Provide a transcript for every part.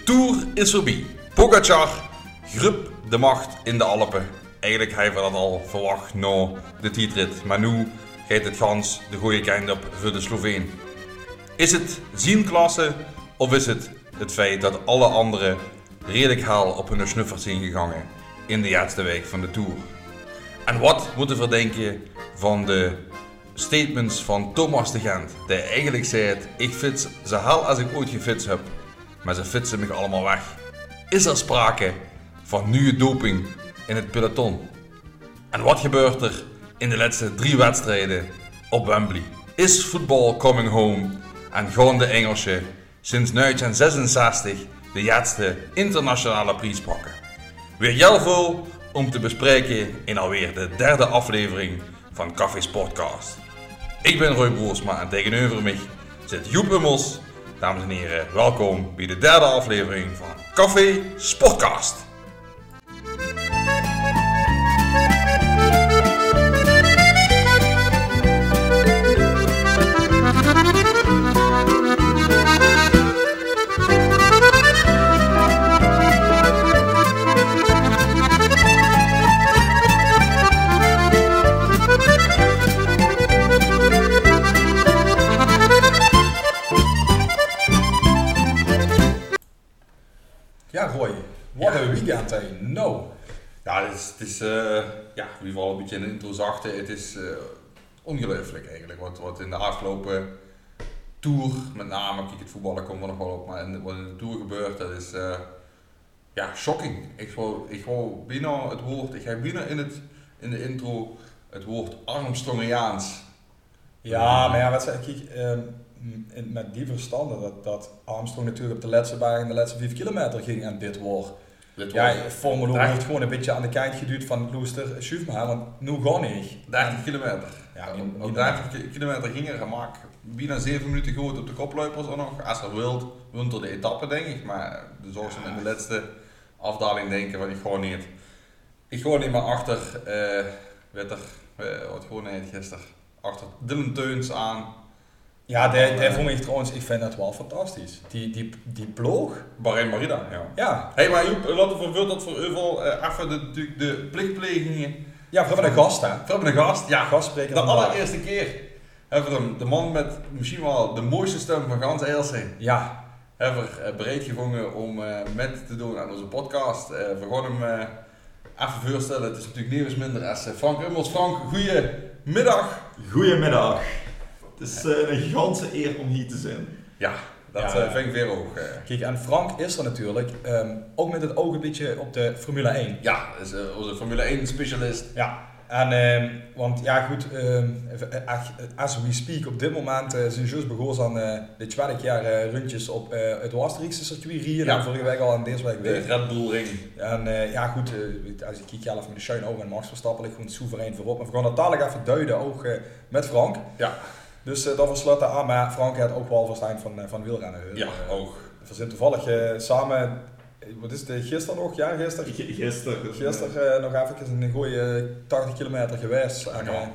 Tour is voorbij. Pogacar grup de macht in de Alpen. Eigenlijk hebben we dat al verwacht na de tijdrit. Maar nu gaat het gans de goede kant op voor de Sloveen. Is het zijn klasse of is het feit dat alle anderen redelijk haal op hun snuffers zijn gegaan in de laatste week van de Tour? En wat moeten we denken van de statements van Thomas de Gent, die eigenlijk zei: ik fiets zo hel als ik ooit gefietst heb, maar ze fietsen me allemaal weg. Is er sprake van nieuwe doping in het peloton? En wat gebeurt er in de laatste 3 wedstrijden op Wembley? Is voetbal coming home en gaan de Engelsen sinds 1966 de laatste internationale prijs pakken? Weer heel veel om te bespreken in alweer de 3e aflevering van Café Sportcast. Ik ben Roy Broersma en tegenover mij zit Joep Hummels. Dames en heren, welkom bij de 3e aflevering van Café Sportcast. Ja, Roy, wat een weekend hè? Nou. Ja, het is wie we al een beetje in de intro zagen, het is ongelooflijk eigenlijk. Wat in de afgelopen Tour, met name, kijk, het voetballen komt er nog wel op, maar wat in de Tour gebeurt, dat is shocking. Ik wou bijna het woord, ik ga bijna in de intro het woord Armstrongiaans. Ja, maar ja, wat zeg ik, met die verstanden dat Armstrong natuurlijk op de laatste 5 kilometer ging en dit wordt. Ja, Formule 1 heeft gewoon een beetje aan de kant geduwd van Loester, schuif me aan, want nu ga ik. 30 kilometer. Ja, op 30 kilometer ging er gemaakt. Bijna 7 minuten groot op de koploopers ook nog. Als er wint er de etappe denk ik, maar zoals ze in de laatste afdaling denken van ik ga niet meer achter, wat gewoon gisteren, achter Dylan Teuns aan. Ja, daar vond ik trouwens, ik vind dat wel fantastisch. Die ploeg. Bahrein Merida, ja. Ja. Hey, maar Joep, laten we vervuld dat voor Uvel even de plichtplegingen. Ja, we hebben een gast hè. We hebben een gast, ja. Gastspreker De vandaag. allereerste keer hebben we hem, de man met misschien wel de mooiste stem van gans Eelse. Ja. Hebben we bereid gevonden om met te doen aan onze podcast. We gaan hem even voorstellen. Het is natuurlijk nieuws minder als Frank Hummels. Frank, goedemiddag. Goedemiddag. Het is een gigantische eer om hier te zijn. Ja, dat vind ik weer ook. Kijk, en Frank is er natuurlijk, ook met het oog een beetje op de Formule 1. Ja, is onze Formule 1 specialist. Ja, en want ja goed, as we speak op dit moment zijn juist begonnen aan de 20 jaar rondjes op het Oostenrijkse circuit rijden. Ja. En vorige week al en deze week De weer. Red Bull Ring. En ja goed, als ik kijk zelf met de schuin ogen en Max Verstappen ligt gewoon soeverein voorop. Maar we gaan dat dadelijk even duiden, ook met Frank. Ja. Dus dat we sluiten aan, maar Frank had ook wel verstand van wielrennen. Ja, ook. We zijn toevallig samen, wat is het, gisteren nog? Ja, gisteren? Gisteren nog even een goede 80 kilometer geweest. En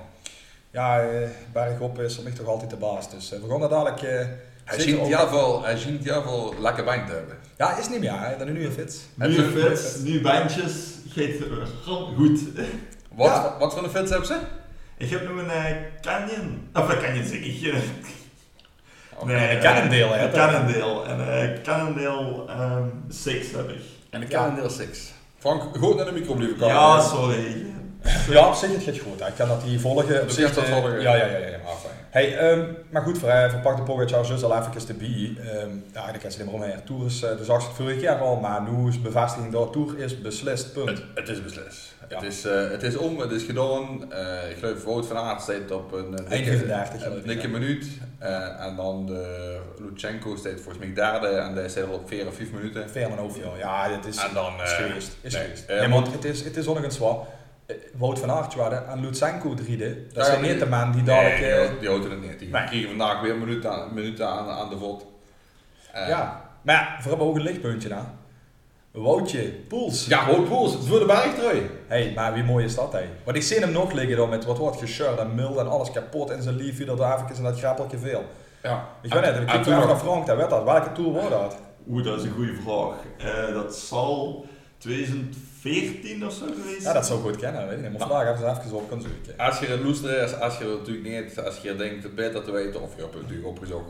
bergop is voor mij toch altijd de baas. Dus we gaan dat dadelijk... Hij ziet heel veel lekker bank te hebben. Ja, is niet meer, hè? Dat is nu een fiets. Nieuwe fits, nieuwe bandjes, gaat goed. Wat voor een fiets hebben ze? Ik heb nu een Canyon, of een Canyon zeg ik. Nee, een Cannondale, hè? Een Cannondale. En Cannondale 6 heb ik. En de Cannondale 6. Frank, goed naar de micro blijven komen. Ja, sorry. Ja, op zich het gaat goed. Ik kan dat hier volgen. Op Dus zich dat volgen. Ja. Hey, maar goed, verpak de Pogacar dus al even te bij. Ja, dan kan ze niet meer omheen. Tour is, dus zag het vorige jaar al, maar nu is bevestiging dat Tour is beslist, punt. Het is beslist. Ja. Het is om, het is gedaan. Ik geloof Wout van Aert staat op een dikke minuut. En dan de Lutsenko staat volgens mij derde en die staat al op 4 of 5 minuten. 4,5 jaar. Ja, dit is geweest. Het is ongeveer zwaar. Wout van Aert en Lutsenko driede. Dat zijn niet de man die dadelijk... die houden het niet. Die kregen vandaag weer minuten aan de vod. Ja, maar we hebben ook een lichtpuntje aan. Woutje Poels. Ja, Wout Poels, voor de bergtrui. Hey, maar wie mooi is dat, hè? Want ik zie hem nog liggen dan met wat wordt geshirt en mild en alles kapot in zijn lief, dat er even en dat grappeltje veel. Ja. Ik weet niet, ik kijk naar Frank, dat weet dat. Welke tour wordt dat? Dat is een goede vraag. Dat zal 2014 of zo geweest. Ja, dat zou ik goed kennen, weet ik niet. Maar vandaag hebben ze even op kunnen zoeken. Als je het luistert, als je het natuurlijk niet, als je denkt het beter te weten, of je hebt het natuurlijk opgezocht,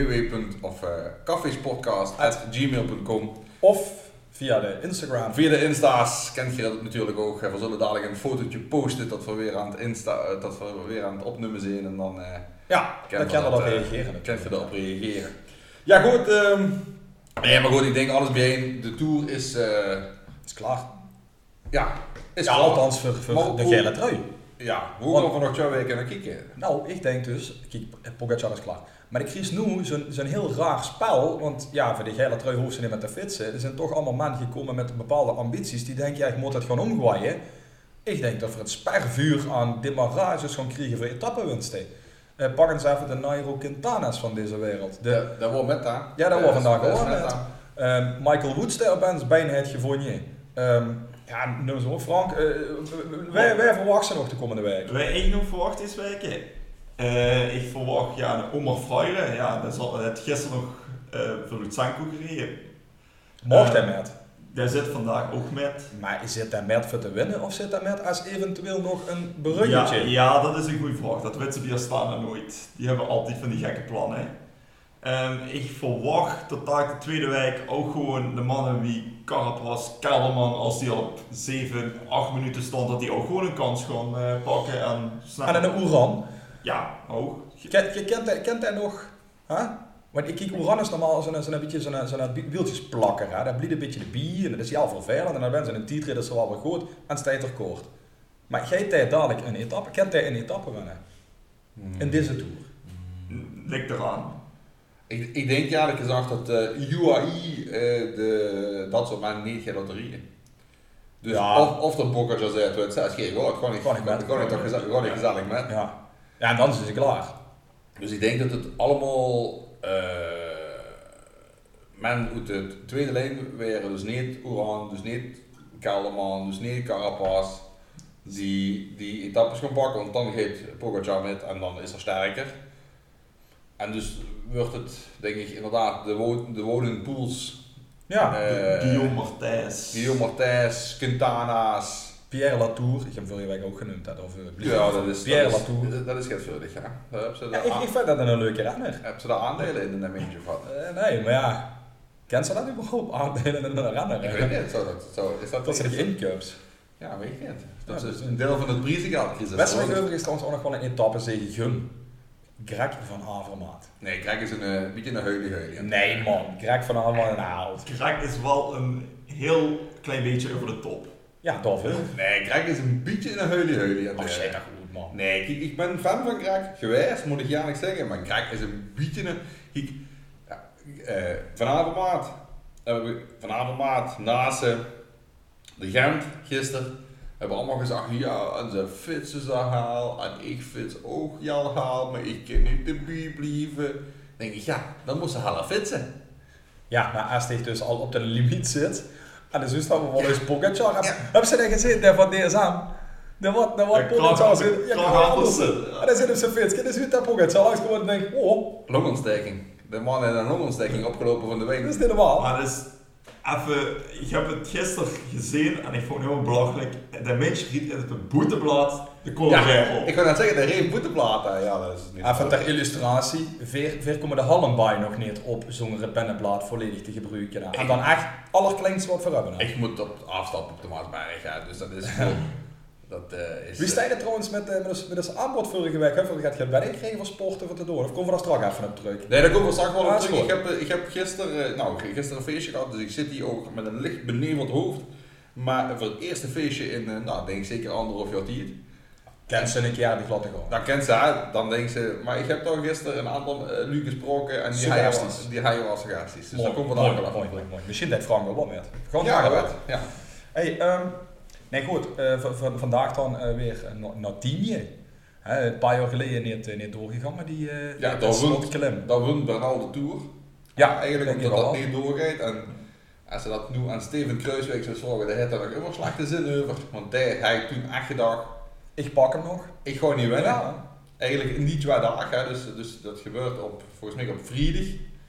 www.kaffeespodcast@gmail.com Of via de Instagram. Via de Insta's kent je dat natuurlijk ook. We zullen dadelijk een fotootje posten dat we weer aan het opnemen zijn en dan Ja, dan kan je erop reageren. Kan je erop reageren. Ja goed, maar goed, ik denk alles bijeen. De tour is klaar. Ja, is ja, klaar. Althans voor de gele trui. Ja, hoe gaan we nog 2 weken naar kijken? Nou, ik denk dus, kijk, Pogacar is klaar. Maar ik kies nu zo'n heel raar spel, want ja, voor de gele trui hoeven ze niet met te fietsen. Er zijn toch allemaal mannen gekomen met bepaalde ambities die denken, ja, ik moet het gewoon omgooien. Ik denk dat we het spervuur aan demarages gaan krijgen voor etappenwinsten. Pak eens even de Nairo Quintana's van deze wereld. Dat wordt met daar. Ja, dat wordt vandaag wel met. Michael Woods daar op ons bijna het gewonnen. Ja, nou zo, Frank, wij verwachten nog de komende week. Wij nog verwachten deze week. Ik verwacht een Omar Freire. Ja, dat zal het gisteren nog voor Lutsenko gereden. Mocht hij met? Daar zit vandaag ook met. Maar zit hij met voor te winnen of zit hij met als eventueel nog een bruggetje? Ja, dat is een goede vraag. Dat weten ze bij Astana nooit. Die hebben altijd van die gekke plannen. Ik verwacht dat daar de tweede week ook gewoon de mannen wie Carapaz, Kelderman, als die al op 7, 8 minuten stond, dat die ook gewoon een kans gaan pakken en snel. En een Oeran? Ja, ook. Kent hij nog? Huh? Want ik kijk, Oeran is normaal zo'n beetje zo'n wieltjesplakker. Hè? Dat blijft een beetje de bier en dat is heel vervelend. En dan ben ze een tijdrit, dat is wel wat goed en staat er kort. Maar gaat hij dadelijk een etappe? Kent hij een etappe winnen? In deze tour? Ligt eraan. Ik denk eerlijk gezegd dat UAE dat soort mannen niet gaat lotterieën. Dus ja. of dat Pogacar zegt, het is geen goud, gewoon niet gezellig met. Ja, en dan is het klaar. Dus ik denk dat het allemaal men uit de tweede lijn waren, dus niet Oeran, dus niet Kelderman, dus niet Carapaz, die etappes gaan pakken, want dan gaat Pogacar met en dan is er sterker. En dus wordt het, denk ik, inderdaad de Woden Pools. Ja, Guillaume Martens, Quintana's. Pierre Latour, ik heb hem vorige week ook genoemd. Pierre Latour. Dat is getvuldig, ja. Ik vind dat een leuke renner. Heb ze daar aandelen in een eentje van? Nee, maar ja. Kent ze dat überhaupt, aandelen in een renner? Ik weet niet, dat zijn de incups. Ja, weet je niet. Dat is een deel van het prijzengeldcrisis. Westweg overigens trouwens ook nog wel een etappezege gun. Greg van Avermaat. Nee, Greg is een beetje een heulie. Nee man, Greg van Avermaat een haalt. Greg is wel een heel klein beetje over de top. Ja, toch veel. Nee, Greg is een beetje een heulie. Ach, zeg dat goed man. Nee, kijk, ik ben fan van Greg geweest, moet ik eerlijk zeggen. Maar Greg is een beetje een... Van Avermaat, Nase, de Gent gisteren. Hebben allemaal gezegd, ja, en ze fietsen ze haal, en ik fiets ook Jan haal, maar ik kan niet erbij blijven. Dan denk ik, ja, dan moet ze half fietsen. Ja, maar als hij dus al op de limiet zit, en dan is dat wel eens Pogacar. Hebben ze dan gezien, daar van DSM? Dan wordt Pogacar zitten. En dan zit op zijn fiets, en dan zit dat Pogacar langs gewoon en denkt, oh. Longontsteking. De man heeft een longontsteking opgelopen van de week. Dat is niet normaal. Maar dus, ik heb het gisteren gezien en ik vond het heel belachelijk. De mens riet in het boeteblad de collega op. Ik wil net zeggen, de reed boeteblad. Ja, dat is niet even ter illustratie, veer komen de Hallenbaai nog niet op zo'n pennenblad volledig te gebruiken. En dan echt allerkleinste wat voor hebben. Ik moet op afstappen op de Maasberg, ja, dus dat is... Wie sta je er trouwens met het aanbod vorige week? Heb je het werk gekregen voor sporten voor te doen? Of komen we daar straks even op terug? Nee, daar komen we straks wel op terug. Ik heb gisteren een feestje gehad, dus ik zit hier ook met een licht beneveld hoofd. Maar voor het eerste feestje in, denk ik zeker 1,5 jaar tijd. Kent ze een keer die gladde gewoon? Dan kent ze, dan denkt ze, maar ik heb toch gisteren een aantal Luc gesproken en die hij was suggesties. Dus dan komen we daar wel mooi. Misschien dat Frank wel wat met. Gewoon ja. Hey, nee goed, vandaag dan weer naar Tienje. Een paar jaar geleden niet doorgegaan, maar die slotklim. Dat won Bernal de Tour. Ja, eigenlijk omdat dat niet doorgaat. En als ze dat nu aan Steven Kruiswijk zou zorgen, dan heeft hij nog immer slechte zin over. Want hij heeft toen echt gedacht, ik pak hem nog. Ik ga niet winnen. Ja. Eigenlijk in die 2 dagen, dus dat gebeurt volgens mij op vrijdag.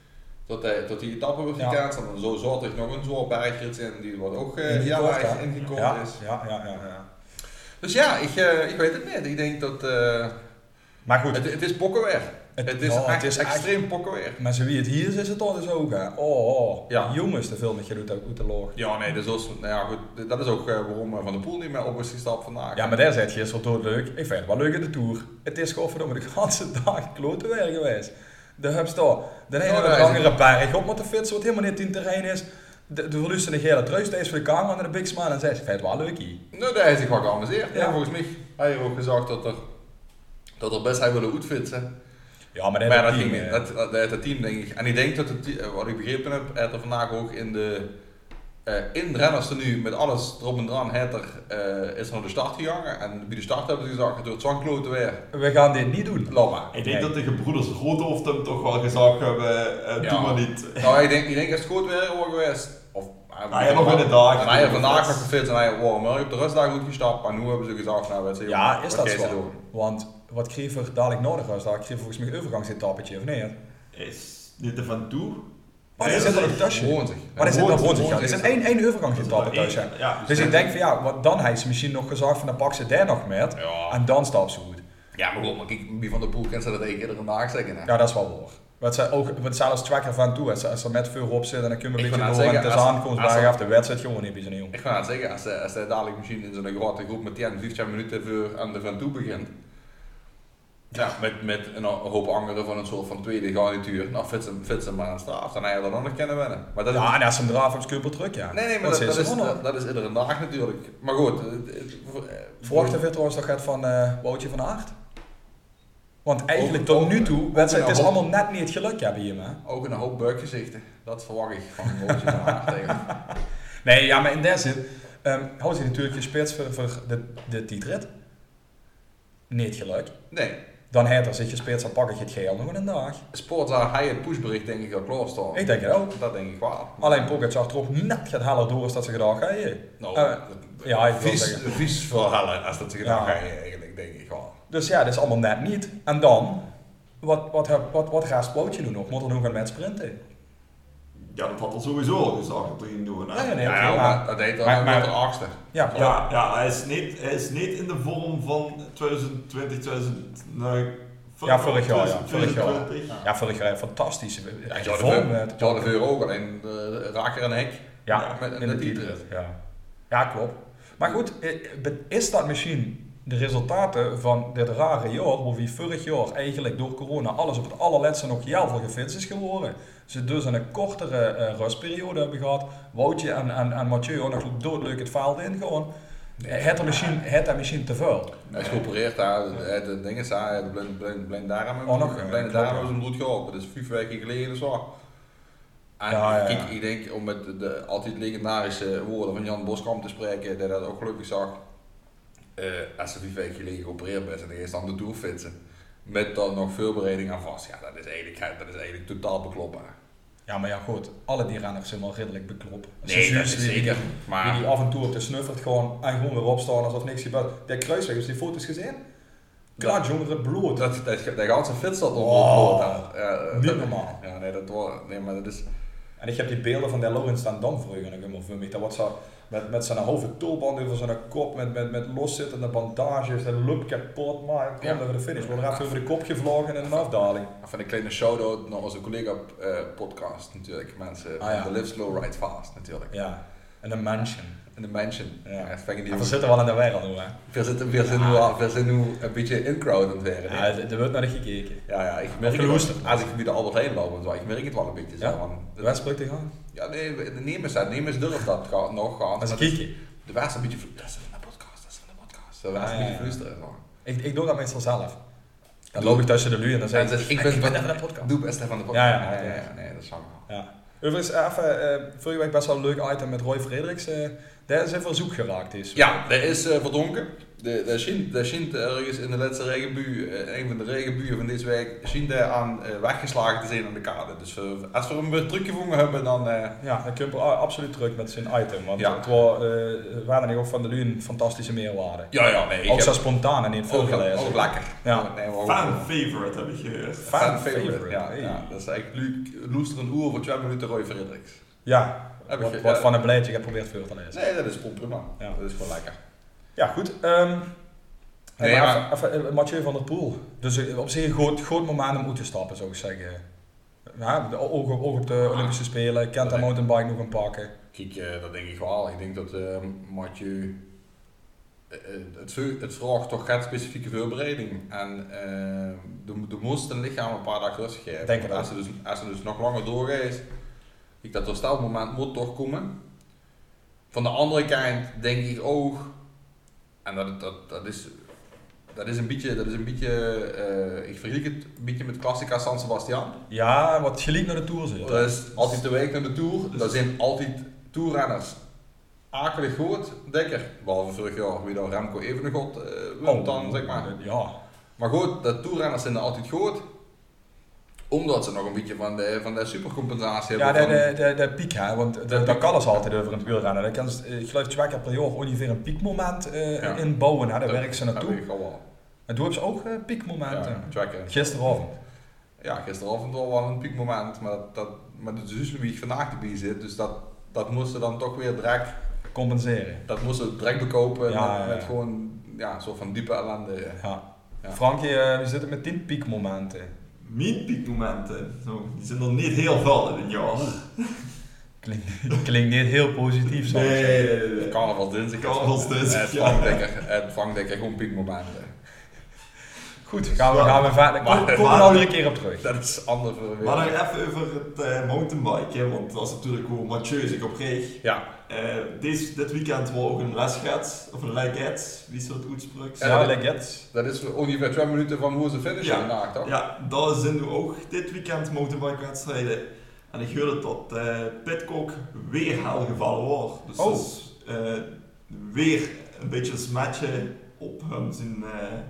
tot die etappe wordt Ja. gekend. En dan zo zaterdag nog een zwaar bergrit in, die wordt ook Ingekort, heel erg hè? ingekort Ja, is. ja. Dus ja, ik weet het niet. Ik denk dat... Maar goed, het is pokkenweer. Het is extreem pokkenweer. maar zo wie het hier is het al dus ook, hè. Oh, Ja. jongens, te veel met je doet ook uit de loog. Ja, nee, dus dat is ook waarom Van der Poel niet meer op is gestapt vandaag. Ja, maar daar zei het gisteren toch leuk. Ik vind het wel leuk in de Tour. Het is gewoon verdomme de hele dag klote weer geweest. De hubs daar. De ene Ja, de dat is langere berg op met de fietsen, wat helemaal niet in terrein is. De verlusten een gele trui steeds voor de camera en de big smile en zei ze, ik vind het wel leuk hier. Nou, daar is zich wel geamuseerd. Ja. Ja, volgens mij had je ook gezegd dat er best hij willen uitfietsen. Ja, maar Maar dat dat team, ging niet. Dat het team, denk ik. En ik denk dat wat ik begrepen heb, heeft er vandaag ook in de renners er nu met alles erop en eraan, is er naar de start gegaan. En bij de start hebben ze gezegd, het wordt zo'n klote weer. we gaan dit niet doen. Laat maar. Ik denk dat de gebroeders Roodhoofd hem toch wel gezegd hebben, doe maar niet. Nou, ik denk als het goed weer was geweest. Of, Hij nog in de dag. En hij heeft vandaag nog gefilmd en hij heeft op de rustdag goed gestapt. En nu hebben ze gezegd, nou, weet je, Ja, is wat dat ga je zo? doen? Want wat kreeg er dadelijk nodig was, daar kreeg volgens mij een overgangsetappetje, of nee? Is niet er van toe. Maar er zit er een tasje. Woont zich. Maar er zit nog woont rond. zich, Er zit één overgangsetappe tussen. Ja, Dus ik denk van ja, want dan heeft ze misschien nog gezegd van dan pak ze daar nog met. Ja. En dan stapt ze goed. Ja, maar goed, maar kijk, wie Van der Poel kent ze dat één keer iedere dag zeggen. Hè? Ja, dat is wel waar. Wat ze ook, want zelfs tracker van toe, als ze met veel op zit en dan kun je een Ik beetje wou door net en het is zeggen, aankomst als bij er- af de wedstrijd gewoon niet bij zijn jong. Ik ga het zeggen, als hij dadelijk misschien in zo'n grote groep met 10, 15 minuten voor aan de Van Toe begint. Ja, met een hoop anderen van een soort van tweede garnituur. Nou, fietsen maar aan straf, dan heb je er dan nog kunnen winnen. Maar dat is, Ja, en als ze hem eraf op Skulper terug, ja. nee, maar dat is iedere dag natuurlijk. Maar goed. Verwachten we trouwens nog het van Woutje van Aert? Want eigenlijk Ook- tot ook- nu toe, ook het een is hoop- allemaal net niet gelukt ja, bij hem. Hè? Ook een hoop buikgezichten. Dat verwacht ik van Woutje van Aert tegen. Nee, ja, maar in deze zin houdt hij natuurlijk gespeeld voor de tijdrit. Niet gelukt. Nee, Dan heeft er zich gespeeld, dan pak ik het geel nog een dag. Sportza, hij het pushbericht denk ik al klaarstaan. Ik denk het ook. Dat denk ik wel. Alleen Pogacar toch net gaat heller door als dat ze gedacht hebben. Nou, ja, ik wil vies, zeggen. vies verhalen als dat ze gedaan Ja. gaan eigenlijk, denk ik wel. Dus ja, dat is allemaal net niet. En dan, wat gaat Spootje doen nog? Moet er nog een met sprinten? Ja, dat had al sowieso al gezegd dat hij ging doen. Hè? Nee, Ja, maar dat deed maar- dan de achtste. Ja, Ja, hij is niet in de vorm van 2020, 2000. Ja, vorig jaar, ja. 2020. ja, vorig jaar fantastisch. Ja, de Veur ook, alleen raker en hek. Ja, met in de tijdrit. Ja, klopt. Maar goed, is dat misschien de resultaten van dit rare jaar, waar wie vorig jaar eigenlijk door corona alles op het allerlaatste nog heel veel gefietst is geworden. Ze dus een kortere rustperiode hebben gehad. Woutje en Mathieu nog doodleuk het veld ingaan. Het er misschien te veel. Hij is geopereerd, de dingen zijn, de blinde darm klopt, hebben ze hem goed geholpen. Dat is 5 weken geleden zo. En Ja. ik denk, om met de altijd legendarische woorden van Jan Boskamp te spreken, dat hij dat ook gelukkig zag. Als ze 5 weken geleden geopereerd bent en dan is dan de Tour fietsen. Met dan nog voorbereiding aan vast. Ja, dat is eigenlijk totaal bekloppen. Ja, maar ja goed, alle die renners zijn wel redelijk beklopt. Nee, dat is zeker. Maar Die af en toe op de snuffert gewoon en gewoon weer opstaan alsof niks gebeurt. De Kruisweg, heb je die foto's gezien? Klaar, jongeren bloed. dat ganse fit zat op Oh, het niet normaal. Ja, nee, maar dat is... En ik heb die beelden van de Laurens staan Dam vroeger nog helemaal voor mij. Dat wordt zo met zijn halve tulband over zijn kop, met loszittende bandages, de loop kapot, maar ik kwam over de finish. Wordt er even over de kop gevlogen in een afdaling. Van een kleine shout-out naar onze collega podcast natuurlijk. Mensen, ja. de Live Slow Ride Fast natuurlijk. Ja, en een mansion. In de mansion. Ja. Die En we zitten wel in de wereld nu, hè. we zijn nu een beetje in-crowd aan het werken. Ja, er wordt naar de gekeken. Ja, ik merk geloosterd. het als ik bij de Albert Heijn loop en zo, ik merk het wel een beetje. Ja? Zo, van, De wedstrijd te gaan. ja, nee, de nemers durft dat nog gaan. Dat is maar kieken. de was een beetje dat is van de podcast. Dat was een beetje fluisteren. Zo. Ik doe dat meestal zelf. Dan loop ik tussen de lui en dan zeg ik, ik ben even een podcast. Doe best even de podcast. Ja. Nee, dat zou ik wel. Ja. Overigens, even, vorige week best wel een leuk item met Roy Frederiks Dat is in verzoek geraakt is. Ja, dat is verdronken. Dat schijnt ergens in de laatste regenbui, een van de regenbuien van deze week, schijnt hij aan weggeslagen te zijn aan de kade. Dus als we hem weer teruggevonden hebben, dan... Ja, dan kun je absoluut terug met zijn item. Want het waren ook van de Luun fantastische meerwaarde. Ja, nee. Ook zo spontaan en niet veel gelezen. Ook lekker. Ja. Nee, fan favorite heb ik gehoord. Fan favorite, ja. Dat is eigenlijk Loester een oer voor 2 minuten Roy Fredericks. Ja, wat van een beleidje geprobeerd veel te lezen. Nee, dat is gewoon prima. Ja. Dat is gewoon lekker. Ja, goed. Even Mathieu van der Poel. Dus op zich een groot moment om uit te stappen, zou ik zeggen. Ja, oog op de Olympische Spelen. Kent hij mountainbike nog een pakken? Kijk, dat denk ik wel. Ik denk dat Mathieu... Het vraagt toch geen specifieke voorbereiding. En de moest een lichaam een paar dagen rust geven. Denk ik als ze dus nog langer doorreist, ik dat er stel moment moet toch komen. Van de andere kant denk ik ook, en dat is een beetje, ik vergelijk het een beetje met Classica San Sebastian. Ja, wat gelijk naar de Tour zit. Dat is altijd de week naar de Tour. Dat zijn altijd toerrenners. Akelig goed, dikker. Behalve vorig jaar, wie dan Remco Evenepoel wint dan, zeg maar. Ja. Maar goed, de toerrenners zijn er altijd goed. Omdat ze nog een beetje van de supercompensatie hebben. Ja, de piek, hè. Want dat kan dus altijd over het wielrennen. Dan kan ze, ik geloof 2 keer per jaar ongeveer een piekmoment inbouwen. Hè. Daar werken ze naartoe. En toen hebben ze ook piekmomenten. Ja, gisteravond. Ja, gisteravond wel een piekmoment. Maar de zus wie ik vandaag erbij zit, dus dat moesten dan toch weer direct compenseren. Dat moesten we direct bekopen met gewoon een soort van diepe ellende. Ja. Frankie, we zitten met 10 piekmomenten. Mijn piekmomenten, die zijn er niet heel veel in een jaar. Klinkt niet heel positief. Nee. Carnavalsdinsdag. Het Frank Dekker gewoon piekmomenten. Goed, gaan we verder. Komen we een andere keer op terug. Dat is anders. Maar nog even over het mountainbiken, want dat is natuurlijk hoe Mathieu zich op kreeg. Ja. Dit weekend was ook een lesgat, of een legget, wie zou het uitspreken? Ja, legget. Dat is ongeveer 2 minuten van hoe ze finishen vandaag, toch? Ja, dat zijn nu ook dit weekend mountainbike wedstrijden. En ik hoorde dat Pidcock weer heel gevallen was. Dus weer een beetje een smetje op hem zijn...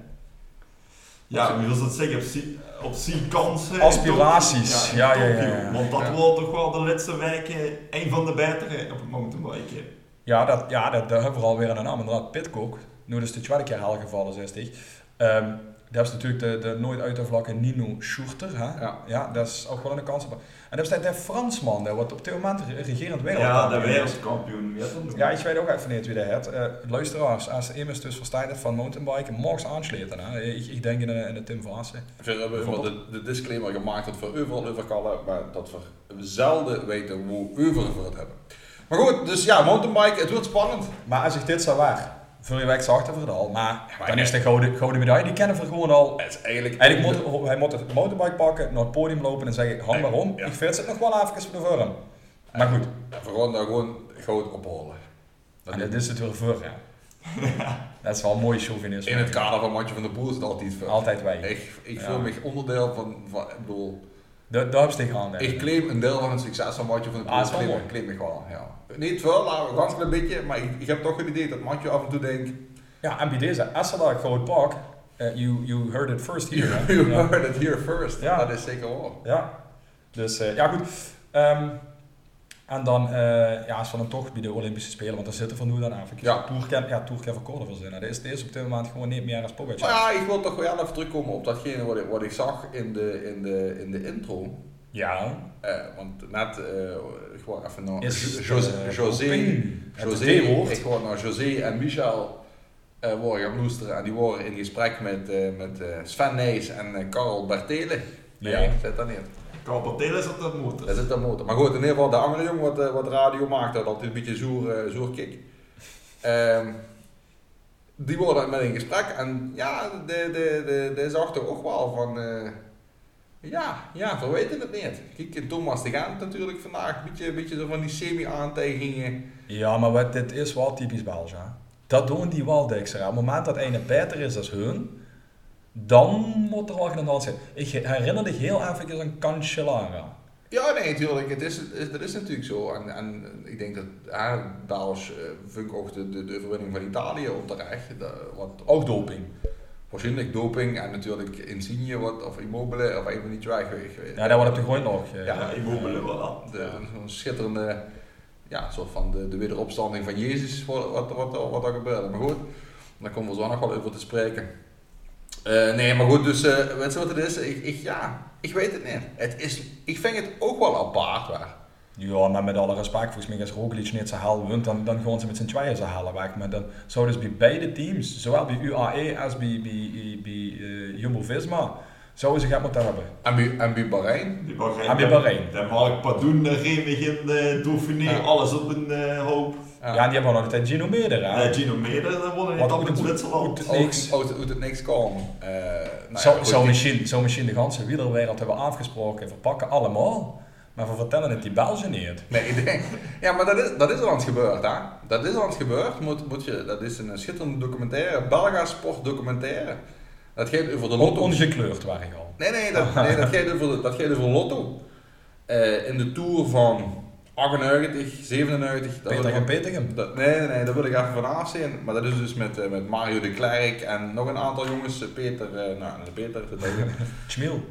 wie wil dat zeggen? Op zijn kansen. Aspiraties. Ja. Want dat wordt toch wel de laatste weken een van de betere op het mountainbiken. Ja, dat hebben we alweer een naam. Inderdaad, Pidcock. Nu is de tweede keer heel gevallen, 60. Daar is natuurlijk de nooit uit te vlakken Nino Schurter. Hè? Ja, dat is ook wel een kans. En dan staat de Fransman, dat wordt op dit moment regerend wereldkampioen. Ja, de wereldkampioen. Ja, ik weet ook even niet wie dat heet. Luisteraars, als immers dus verstaat van mountainbiken, morgens aansluiten. Hè? Ik denk in de Tim Vaassen. We hebben de disclaimer gemaakt dat we overal over kallen, maar dat we zelden weten hoe over we het hebben. Maar goed, dus ja, mountainbike, het wordt spannend. Maar als ik dit zou waar, vorige week zag het al, maar dan is de gouden medaille, die kennen we gewoon al. Het is eigenlijk hij moet het motorbike pakken, naar het podium lopen en zeggen, hang maar om, ik fiets het nog wel even voor de vorm. Maar goed. We gaan daar gewoon goud ophalen. En dat is het weer voor, ja. Dat is wel een mooie chauvinisme. In het kader van Mathieu van der Poel is het altijd voor. Altijd wij. Ik voel me onderdeel van ik bedoel... Daar heb je aan. Ik claim een deel van het succes van Mathieu van der Poel. Claim ik wel, ja. Niet veel, een ganz klein beetje, maar ik heb toch het idee dat Mathieu af en toe denkt... Ja, en bij deze, als ze daar groot pak, you heard it first here. You heard it here first, ja. Dat is zeker wel. Ja, dus ja goed. En dan, als we dan toch bij de Olympische Spelen, want daar zitten we nu dan even. Ja. Tour kan verkouden verzinnen. Dat is op dit moment gewoon niet meer als Pogacar. Maar ja, ik wil toch wel even terugkomen op datgene wat ik zag in de intro. Ja. Want net, ik wou even naar José. Ik wou naar José en Michel worden gaan loesteren en die waren in gesprek met Sven Nys en Karel Bertele. Nee, zit dat niet. Karel Bertele zit op de motor. Dat zit op de motor. Maar goed, in ieder geval de andere jongen wat radio maakt, dat altijd een beetje zoer kick. Die worden met in gesprek en ja, de zag er ook wel van... we weten het niet. Kijk, Thomas de Gent natuurlijk vandaag, een beetje zo van die semi-aantijgingen. Ja, maar dit is wel typisch België. Dat doen die wel, Dixer. Op het moment dat een beter is dan hun, dan moet er wel geen hand zijn. Ik herinner me heel even aan Cancellara. Ja, nee, natuurlijk. Dat is natuurlijk zo. En ik denk dat Belgisch vind ik ook de overwinning van Italië onterecht. Ook doping. Waarschijnlijk doping en natuurlijk Insigne of Immobile of een van die twee geweest. Ja, dat wordt op de grond nog. Ja, Immobile wel. Zo'n schitterende, soort van de wederopstanding van Jezus wat er gebeurde. Maar goed, daar komen we zo nog wel over te spreken. Nee, maar goed, dus weet je wat het is? Ik weet het niet. Ik vind het ook wel apart waar. Ja, maar met alle respect, volgens mij als Roglic niet zijn hel wint, dan gaan ze met z'n tweeën zijn hellen weg. Maar dan zou dus bij beide teams, zowel bij UAE als bij Jumbo-Visma, zouden ze geld moeten hebben. En bij Bahrein? Bij Bahrein. De Marc Padoen, Remig in Dauphiné, alles op een hoop. Ja, en die hebben nog altijd Gino Meder, hè? Gino Meder, dat wonnen niet op in Zwitserland. Uit het niks komen. Zou misschien de ganse wielerwereld hebben afgesproken, verpakken allemaal. Maar we vertellen het die Belgen niet. Nee, ik denk, maar dat is al aan het gebeurd, hè? Dat is al aan het gebeurd. Dat is een schitterende documentaire, Belga sportdocumentaire. Dat gaat over de lotto. Ongekleurd waren ik al. Nee, dat gaat over lotto. In de Tour van 98, 97. Petergem. Nee, daar wil ik even van afzien. Maar dat is dus met Mario de Klerk en nog een aantal jongens. Peter. Schmiel.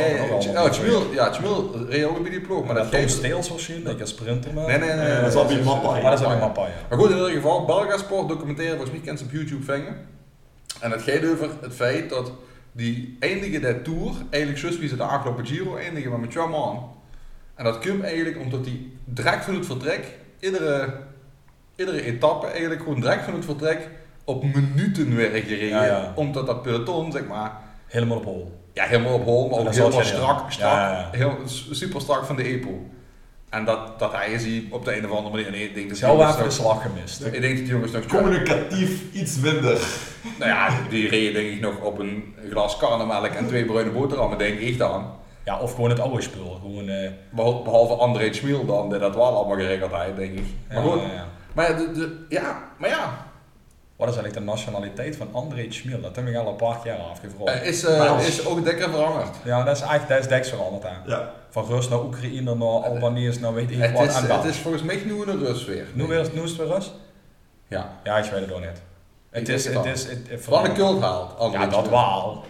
Schmiel reed ook bij die ploeg. Maar dat Tom Steels waarschijnlijk, als sprinter. Nee. Dat is al bij Mappa. Dat is al bij Mappa, ja. Maar goed, in ieder geval, Belga Sport documentaire, volgens mij kan ze op YouTube vangen. En het gaat over het feit dat die eindigen de Tour, eigenlijk zoals wie ze de afgelopen Giro eindigen, maar met 2 man. En dat komt eigenlijk omdat die direct van het vertrek, iedere etappe eigenlijk gewoon direct van het vertrek op minuten werden gereden. Ja. Omdat dat peloton, zeg maar... Helemaal op hol. Ja, helemaal op hol, maar ook helemaal strak. Ja. Heel super strak van de EPO. En dat hij is op de een of andere manier. Nee, ik denk dat zelf even de slag gemist. Ik denk dat die jongens nog... Communicatief iets minder. Nou ja, die reden denk ik nog op een glas karnemelk en 2 bruine boterhammen, denk ik dan. Ja, of gewoon het oude spul. Gewoon, behalve André Schmiel dan, dat wel allemaal geregeld hij, denk ik. Maar goed. Ja. Maar ja. Wat is eigenlijk de nationaliteit van André Schmiel? Dat heb ik al een paar keer afgevraagd. Is ook Dekker veranderd. Ja, dat is Dex veranderd. Hè. Ja. Van Rus naar Oekraïne, naar Albanese, naar weet ik wat. Het is volgens mij nu een Rus weer. Nu is het weer Rus? Ja. Ja, ik weet het ook niet. Het is van de cult haalt. Ja, dat wel.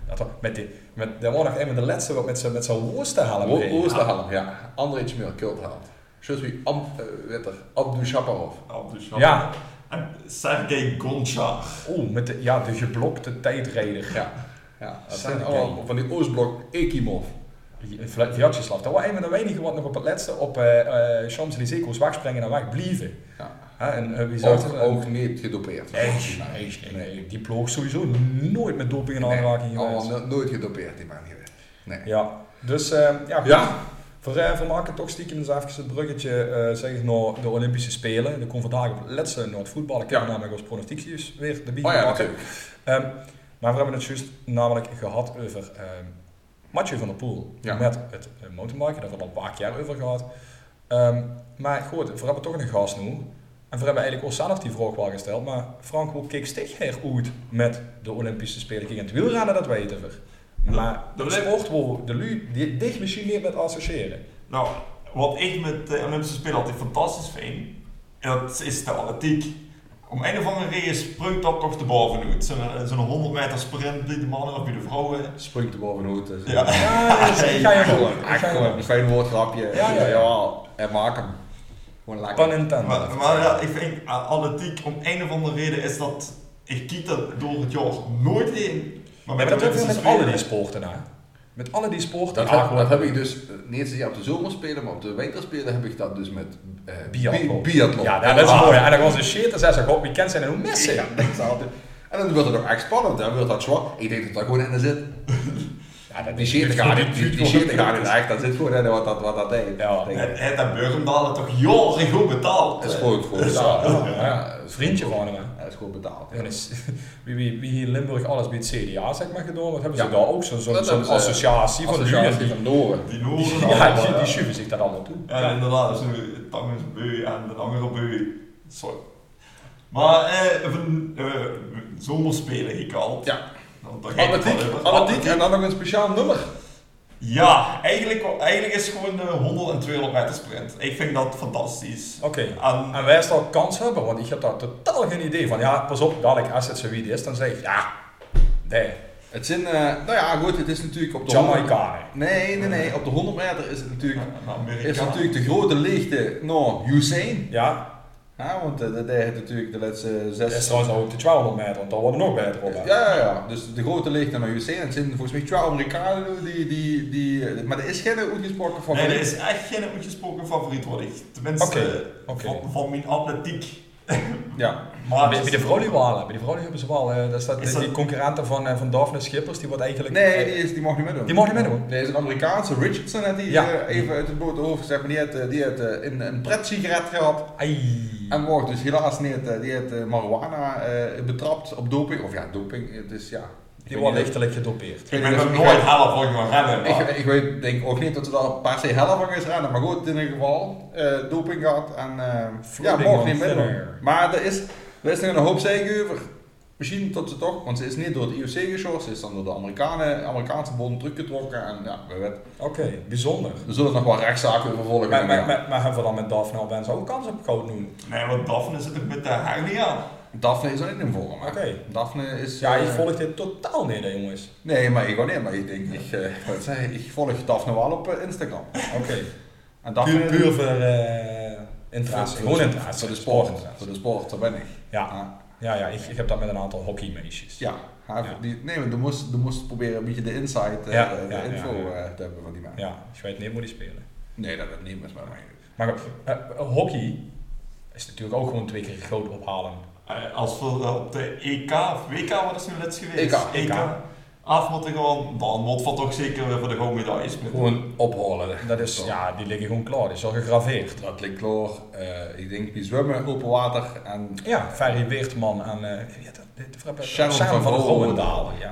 Dat was nog een van de laatste wat met zijn oosterhelm. Oosterhelm, ja. André Schmiel, cult haalt. Zoals wie Abdu Shaparov. Ja. En Sergej Gonchar. Met de geblokte tijdrijder. Ja, dat zijn allemaal van die Oostblok Ekimov. Vyacheslav, dat was een van de weinigen wat nog op het laatste op Champs-Élysées koos wegspringen en wegblijven. Ja. En wie zou het ook niet gedopeerd. Nee, die ploeg sowieso nooit met doping in aanraking geweest. Nooit gedopeerd die man geweest. Nee. Ja, dus Voor maken toch stiekem eens even het bruggetje naar de Olympische Spelen. Er komt vandaag op het laatste naar het voetbal. Ik heb namelijk als pronostiekjes weer de bier pakken. Maar we hebben het juist namelijk gehad over Mathieu van der Poel met het mountainbiken. Daar hebben we al een paar keer over gehad. Maar goed, we hebben toch een gast nu. En we hebben eigenlijk ook zelf die vraag wel gesteld. Maar Frank, hoe kijkt zich uit met de Olympische Spelen? Tegen het wielrennen, dat weten we. Maar de sport waar de lui dicht misschien niet met associëren. Nou, wat ik met de Olympische Spelen altijd fantastisch vind, dat is de atletiek. Om een of andere reden springt dat toch de bovenuit. Zo'n 100 meter sprint bij de mannen of bij de vrouwen. Springt de bovenuit. Dus. Ja, ik ga je gewoon. Een fijn woordgrapje. Ja. En maak hem. Gewoon lekker. Maar ja, ik vind atletiek om een of andere reden is dat, ik kijk dat door het jaar nooit heen. Maar dat heb je met alle die sporten nou. Met alle die sporten. Dat heb ik dus niet zozeer op de zomerspelen, maar op de winterspelen heb ik dat dus met biathlon. Ja, dat is mooi. En dan was een shit en zei ze, god, wie kent zijn en hoe missen? Ja, en dan wordt het ook echt spannend, dan wordt dat zwaar. Ik denk dat daar gewoon in zit. Ja, die shit gaat niet echt, dat zit gewoon in wat dat deed. Ja, dat Burgendalen toch jaren goed betaald. Dat is gewoon betaald. Vriendje van hem. Dat is gewoon betaald. En wie hier in Limburg alles bij het CDA zeg maar gedaan, wat hebben ze daar ook zo'n associatie van de Noren. Die Noren. Die schuiven zich dat allemaal toe. Ja, inderdaad, dat is nu Tangensbeu en de andere beu. Sorry. Maar zomerspelen ik al. Ja. Atletiek en dan nog een speciaal nummer. Ja, eigenlijk is het gewoon de 100 en 200 meter sprint. Ik vind dat fantastisch. Oké. En wij is daar kans hebben, want ik heb daar totaal geen idee van. Ja, pas op, dadelijk als het zoiets is, dan zeg ik ja, nee. Het zijn, nou ja goed, het is natuurlijk op de Jamaicanen. Nee, op de 100 meter is het natuurlijk de grote leegte naar Usain. Ja. Ja, want dat heeft natuurlijk de laatste 6... Dat is trouwens ook de 200 meter, want daar worden we nog beter op. Ja. Dus de grote leegte naar Usain. Het zijn volgens mij 2 Amerikanen maar er is geen uitgesproken favoriet. Nee, er is echt geen uitgesproken favoriet, hoor ik. Tenminste, van mijn atletiek. Ja. Maar bij de vrouwen hebben ze wel. Dat is die concurrenten van Daphne Schippers, die wordt eigenlijk... Nee, die mag niet meedoen. Die mag niet meedoen? Nee, is een Amerikaanse, Richardson had die even uit het boterhoofd gezegd, maar die had een pret-sigaret gehad. En wordt dus helaas niet, die had marijuana betrapt op doping. Of ja, doping, het is ja... Die wordt lichtelijk gedopeerd. Ik ben er nooit helft van gaan rennen. Ik denk ook niet dat ze daar per se helft van gaan rennen, maar goed, in ieder geval doping gehad en mocht niet meedoen. Maar er is nog een hoop zeggen over. Misschien dat ze toch, want ze is niet door het IOC geschorst, ze is dan door de Amerikaanse bond teruggetrokken en ja, we weten. Oké, bijzonder. Er zullen nog wel rechtszaken vervolgen. Maar hebben we dan met Daphne al mensen ook kans op goud doen? Nee, want Daphne zit ook met de Harley aan. Daphne is er niet in volgen, maar Daphne is... Ja, ik volg dit totaal niet, hè, jongens. Nee, maar ik ook niet, maar ik denk, ik volg Daphne wel op Instagram. Oké. En Daphne... Puur voor interesse. Gewoon interesse. Voor de sport, daar ben ik. Ja, ik heb dat met een aantal hockeymeisjes. Ja. Nee, maar je moest proberen een beetje de insight, de info te hebben van die mensen. Ja, je weet niet hoe die spelen. Nee, dat weet niet, maar maar hockey is natuurlijk ook gewoon 2 keer groot ophalen. Als we op de EK of WK, wat is nu let's geweest? EK. Af moeten gaan, dan wordt het toch zeker weer voor de gouden medailles. Gewoon ophalen. Dat is, die liggen gewoon klaar, die is al gegraveerd. Dat ligt klaar. Ik denk die zwemmen, open water en... Ja, Ferry Weertman en Sharon van Roowendaal. Ja.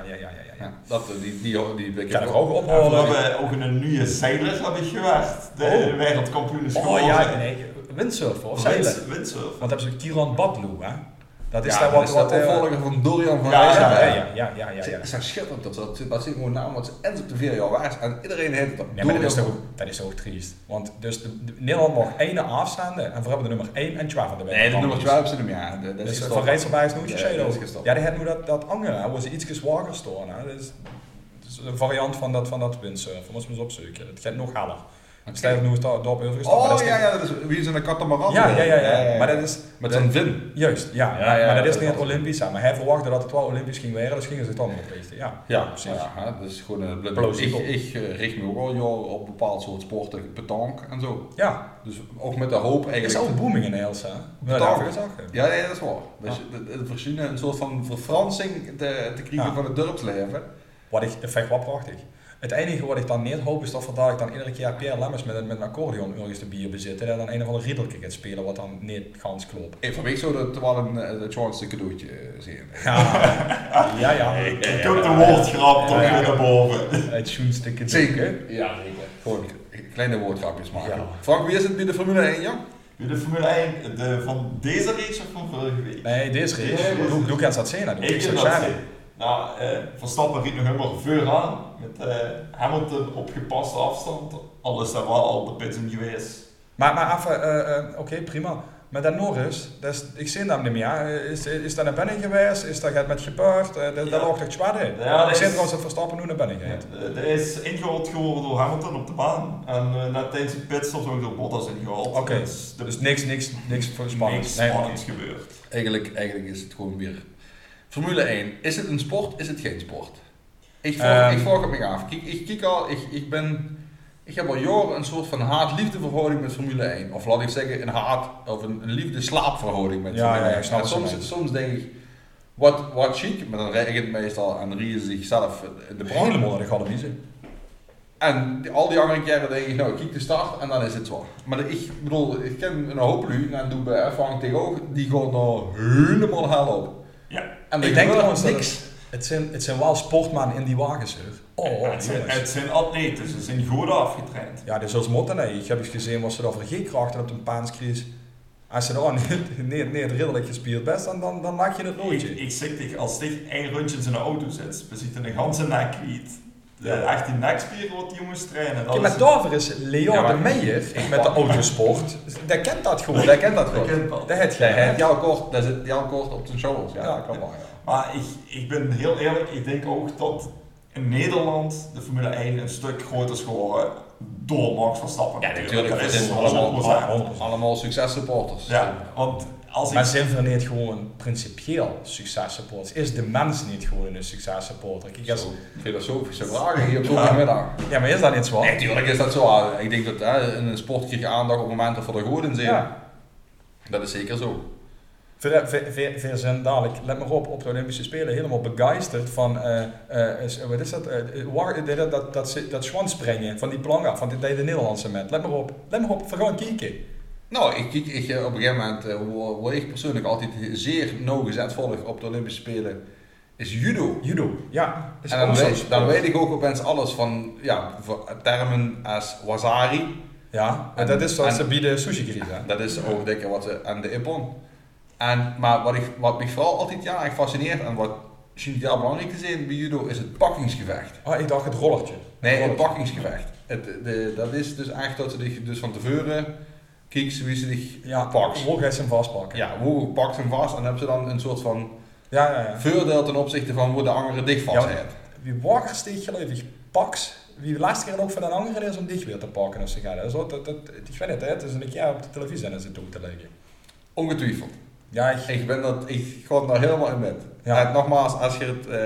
Die kan ik ook ophalen. We hebben ook een nieuwe zeiler, heb ik gewerkt. De wereldkampioen is geworden. Windsurfer of zeilen. Windsurfer. Want hebben ze Kiran Badloo, hè? Dat is daar wat opvolger van Dorian van Rijzen. Ja. Het is schitterend dat ze gewoon naam, want ze en op de 4 jaar waard en iedereen heeft het op. Nee, maar dat is toch triest. Want dus Nederland mag 1 afzenden en we hebben de nummer 1 en 12 erbij. Nee, de nummer 12 zijn hem, ja. Dus van Rijsselbij is nog gescheiden. Ja, die had nu dat andere, waar ze iets zwaarder staan. Dat is een variant van dat windsurfen. Moeten we eens opzoeken. Het gaat nog harder. Stijf nu is dorp overgestapt. Dat is wie is een katamaran. Ja. Maar dat is... Met een vin. Juist, maar dat is niet het Olympisch. Maar hij verwachtte dat het wel Olympisch ging worden, dus gingen ze het dan oprichten. Ja, precies. Ja, dat is gewoon een ik richt me ook al jaren op bepaald soort sporten, petanque en zo. Ja. Dus ook met de hoop eigenlijk... Het is ook booming in Elsa. Ja, dat is waar. Dus het verschijnen een soort van verfransing te krijgen van het dorpsleven. Dat vind ik wel prachtig. Het enige wat ik dan niet hoop is dat we dan iedere keer Pierre Lemmers met een accordeon ergens de bier bezitten en dan een of ander riedeltje gaat spelen wat dan niet gans klopt. Van mij zou dat wel een chance cadeautje zien. Ja. Ik heb de woordgrap toch weer naar boven. Het schoenste cadeautje. Zeker. Ja, zeker. Gewoon kleine woordgrapjes maken. Ja. Frank, wie is het bij de Formule 1, ja? Bij de Formule 1, van deze race of van vorige week? Nee, deze race. Hoe kan dat zijn? Ik kan dat zien. Nou, Verstappen riet nog helemaal voor aan, met Hamilton op gepaste afstand, al is daar wel al de pits in geweest. Maar even, oké, prima. Maar dan Norris, ik zie hem niet meer, is dat naar binnen geweest, is dat met gebeurd, dat lag toch zwaar in? Ja, ik zie trouwens dat Verstappen nu naar binnen gaat. Er is ingehaald geworden door Hamilton op de baan, en net tijdens de pitstop ook door Bottas ingehaald. Oké, dus niks voor spannends. Niks spannends gebeurd. Eigenlijk is het gewoon weer... Formule 1, is het een sport, is het geen sport? Ik vraag het me af. Ik heb al jaren een soort van haat-liefde verhouding met Formule 1. Of laat ik zeggen, een liefde-slaapverhouding met Formule 1. Ja, soms denk ik, wat chic, maar dan rijd het meestal en rie ze zichzelf in de brand. Helemaal naar de galamise. En al die andere keren denk ik, kijk de start en dan is het zo. Maar ik ken een hoop lui en doe bij F1 tegenover, die gaan daar helemaal hel op. Ja. En ik denk trouwens niks. Het zijn wel sportmannen in die wagens. Het zijn atleten, ze zijn goed afgetraind. Ja, dat is zoals motten. Ik heb eens gezien wat ze daar voor G-krachten op de paanskries. Als je daar niet redelijk gespierd bent, dan maak je het nooit. Ik zeg tegen, als je 1 rondje in zijn auto zit, we zitten een ganse nek kwijt. echt die nekspieren wat die jongens trainen. Kijk, met Dover is Leon de Meijer met de autosport. Die kent dat gewoon. Jij kent dat Dat gewoon. kent dat. Dat heeft Jij jij. hebt jou kort, daar zit Jan Kort op zijn shoulders. Ja, Ja. dat kan wel. Ja. Maar ik ben heel eerlijk, ik denk ook dat in Nederland de Formule 1 een stuk groter is geworden door Max Verstappen. Ja, natuurlijk. Dat We is zijn 100%. allemaal successupporters. Ja, want als Maar ik... zijn we niet gewoon principieel successupporters? Is de mens niet gewoon een successupporter? Kijk, als... Zo filosofische vragen hier op zondagmiddag. Ja, maar is dat niet zo? Nee, tuurlijk is dat zo. Ik denk dat in een sport krijg je aandacht op momenten voor de goden zijn. Ja. Dat is zeker zo. Veel zijn dadelijk, let maar op de Olympische Spelen helemaal begeisterd van, wat is dat, dat zwanspringen van die plank van de Nederlandse met. Let maar op, we gaan kijken. Nou, ik op een gegeven moment, wat ik persoonlijk altijd zeer nauwgezet volg op de Olympische Spelen, is judo. Judo, ja. Is En ook zo'n dan sport. weet ik ook opeens alles van, termen als wasari. Ja, en dat is wat ze bieden sushi-crisis. Dat is ook dikke wat ze aan de ippon. Maar wat mij vooral altijd echt fascineert en wat misschien heel belangrijk is bij judo is het pakkingsgevecht. Ah, ik dacht het rollertje. Nee, het pakkingsgevecht. Dat is dus echt dat ze zich dus van tevoren kijken wie ze zich pakt. Hoe gaat ze hem vastpakken? Ja, hoe pakt ze hem vast en hebben ze dan een soort van Ja. voordeel ten opzichte van hoe de andere dicht vast heeft. Wie wakker steekt gelukkig paks, wie lastiger ook van een andere is om dicht weer te pakken als ze gaan. Ik weet het, het is een keer op de televisie en ze toe te leggen. Ongetwijfeld. Ja, Ik ga daar helemaal in met. Ja. En nogmaals, als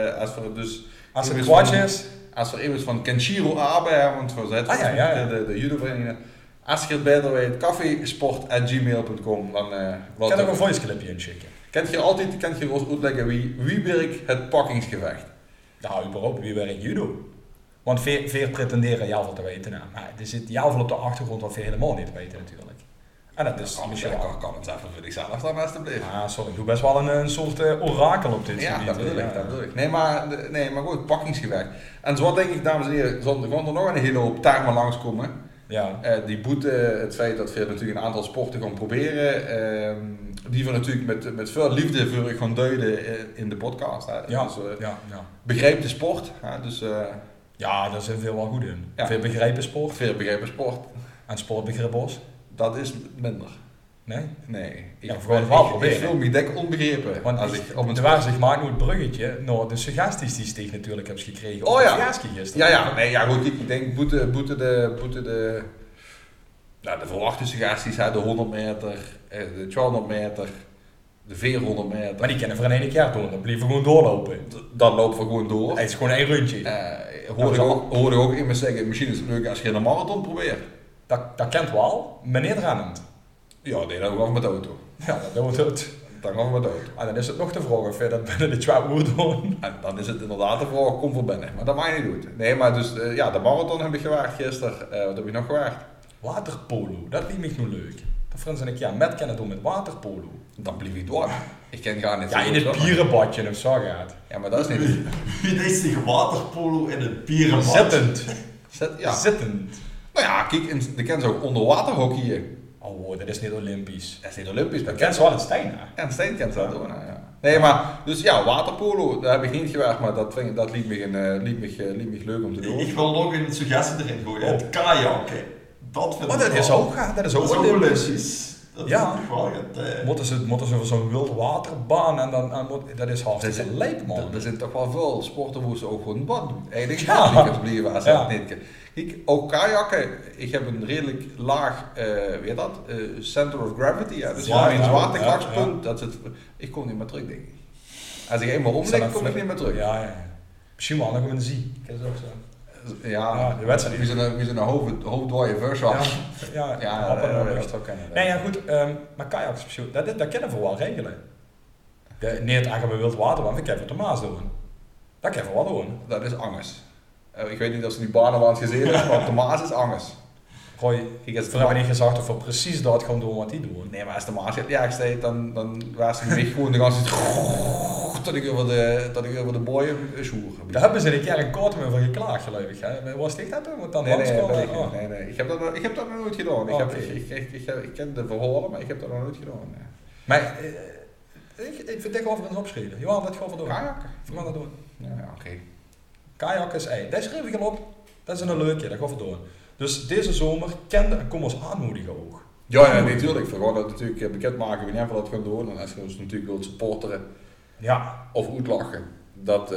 het kwartje is. Als er iemand van Kenshiro Abe, want we zijn de judo-verenigingen. Als je het beter weet, koffiesport@gmail.com, dan Ik kan ook een voice clipje inschikken. Kent je ons uitleggen wie werkt het pakkingsgevecht? Nou, überhaupt, wie werkt judo? Want veel pretenderen heel veel te weten. Nou, maar er zit heel veel op de achtergrond wat veel helemaal niet weten natuurlijk. En dat is misschien wel. Kan het even voor zichzelf dan alsjeblieft. Ah, sorry, ik doe best wel een soort orakel op dit Ja, gebied. dat bedoel ik. Nee, maar goed, pakkingsgevecht. En zo denk ik, dames en heren, er komt er nog een hele hoop termen langskomen. Ja. Die boete, het feit dat we natuurlijk een aantal sporten gaan proberen, die we natuurlijk met veel liefde voor gaan duiden in de podcast. Hè. Ja. Dus, Ja. begrijp de sport. Hè. Dus, Ja, daar zijn veel wel goed in. Ja. Veel begrijpen sport veel begrijpen sport. en sportbegrippels. Dat is minder. Nee? Nee. Ja, we gaan het wel Ik proberen. voel me dek onbegrepen. Want als ik op een er waren zich maar nu het bruggetje naar de suggesties die Steve natuurlijk hebt gekregen. Oh op ja. de fiasco gisteren. Ja, nee, ja goed, ik denk boete de verwachte suggesties, hè, de 100 meter, de 200 meter, de 400 meter. Maar die kennen voor een ene keer doen, dan blijven we gewoon doorlopen. Dan lopen we gewoon door. Het is gewoon één rondje. Hoorde ik ook iemand zeggen, misschien is het leuk als je een marathon probeert. Dat kent wel, meneer Rennend. Ja, nee, dan gaan we met de auto. Ja, dat wordt het. Dan gaan we met de auto. En dan is het nog de vraag of je dat binnen de 2 uur doen. En dan is het inderdaad de vraag, kom voor binnen. Maar dat mag je niet doen. Nee, maar dus, de marathon heb ik gewaagd gisteren. Wat heb je nog gewaagd? Waterpolo, dat liet me nu leuk. Dat vrienden en ik met kennen doen met waterpolo. Dan blijf ik door. Ik ken gar niet Ja, zo in goed het zwemmen. pierenbadje of zo gaat. Ja, maar dat is niet... Wie deed zich waterpolo in het pierenbad? Zittend. Ja. Zittend. Nou ja, kijk, de kennen ze ook onderwaterhockey. Oh, dat is niet Olympisch. Dat is niet Olympisch, maar Dat kent ze wel in Stijn, hè? Ja, en Steen kent dat ook. Ja. Nee, maar, dus ja, waterpolo, daar heb ik niet gewaagd, maar dat liet me leuk om te doen. Ik wil nog een suggestie erin gooien. Het kajakken. Dat vind Maar ik dat is wel- ook Olympisch. Olympisch. Dat Ja. vind ik wel het, Moeten ze voor zo'n wild waterbaan en dan dat is hartstikke leuk, man. Er zijn toch wel veel sporten waar ze ook gewoon wat doen. Eigenlijk Ja. ja. Het blijven als Ja. dat niet. Kijk, ook kajakken, ik heb een redelijk laag, center of gravity. Ja. Dus Ja, mijn ja, zwaartekrachtspunt, ik kom niet meer terug, denk ik. Als ik eenmaal omleg, kom ik niet meer terug. Ja. Misschien wel nog een zie. Dat is ook zo. Ja, de wedstrijd. wie zijn een hoofddwaaien versus. Dat zou kennen. Nee, ja, goed. Maar kajak is speciaal. Dat kennen we wel regelen. Niet eigenlijk wild water, want ik heb het de Maas doen. Dat kan we wel doen. Dat is angst. Ik weet niet of ze die banen waren gezien hebben, maar op de Maas is angst. Roy, we hebben niet gezegd of we precies dat gaan doen wat die doen. Nee, maar als de Maas het jaagst deed, dan was het weg gewoon de ganse tijd dat ik over de boeien schoer. Daar hebben ze een keer een kort over geklaagd, geloof ik. Hè? Was dit dat toen? Want dan Nee, langskomen? ik heb dat nog nooit gedaan. Ik ken de verhalen, maar ik heb dat nog nooit gedaan. Nee. Maar ik vind dit over eens opschrijven. Johan, dat gaan we doen. Kajakken? We gaan dat doen. Ja, oké. Kajak is dat schreef ik al op. Dat is een leuke, dat gaat we doen. Dus deze zomer kende en kom ons aanmoedigen ook. Ja, natuurlijk. We gaan dat natuurlijk bekendmaken wanneer we dat gaan doen. En als je ons natuurlijk wilt supporteren of uitlachen, dat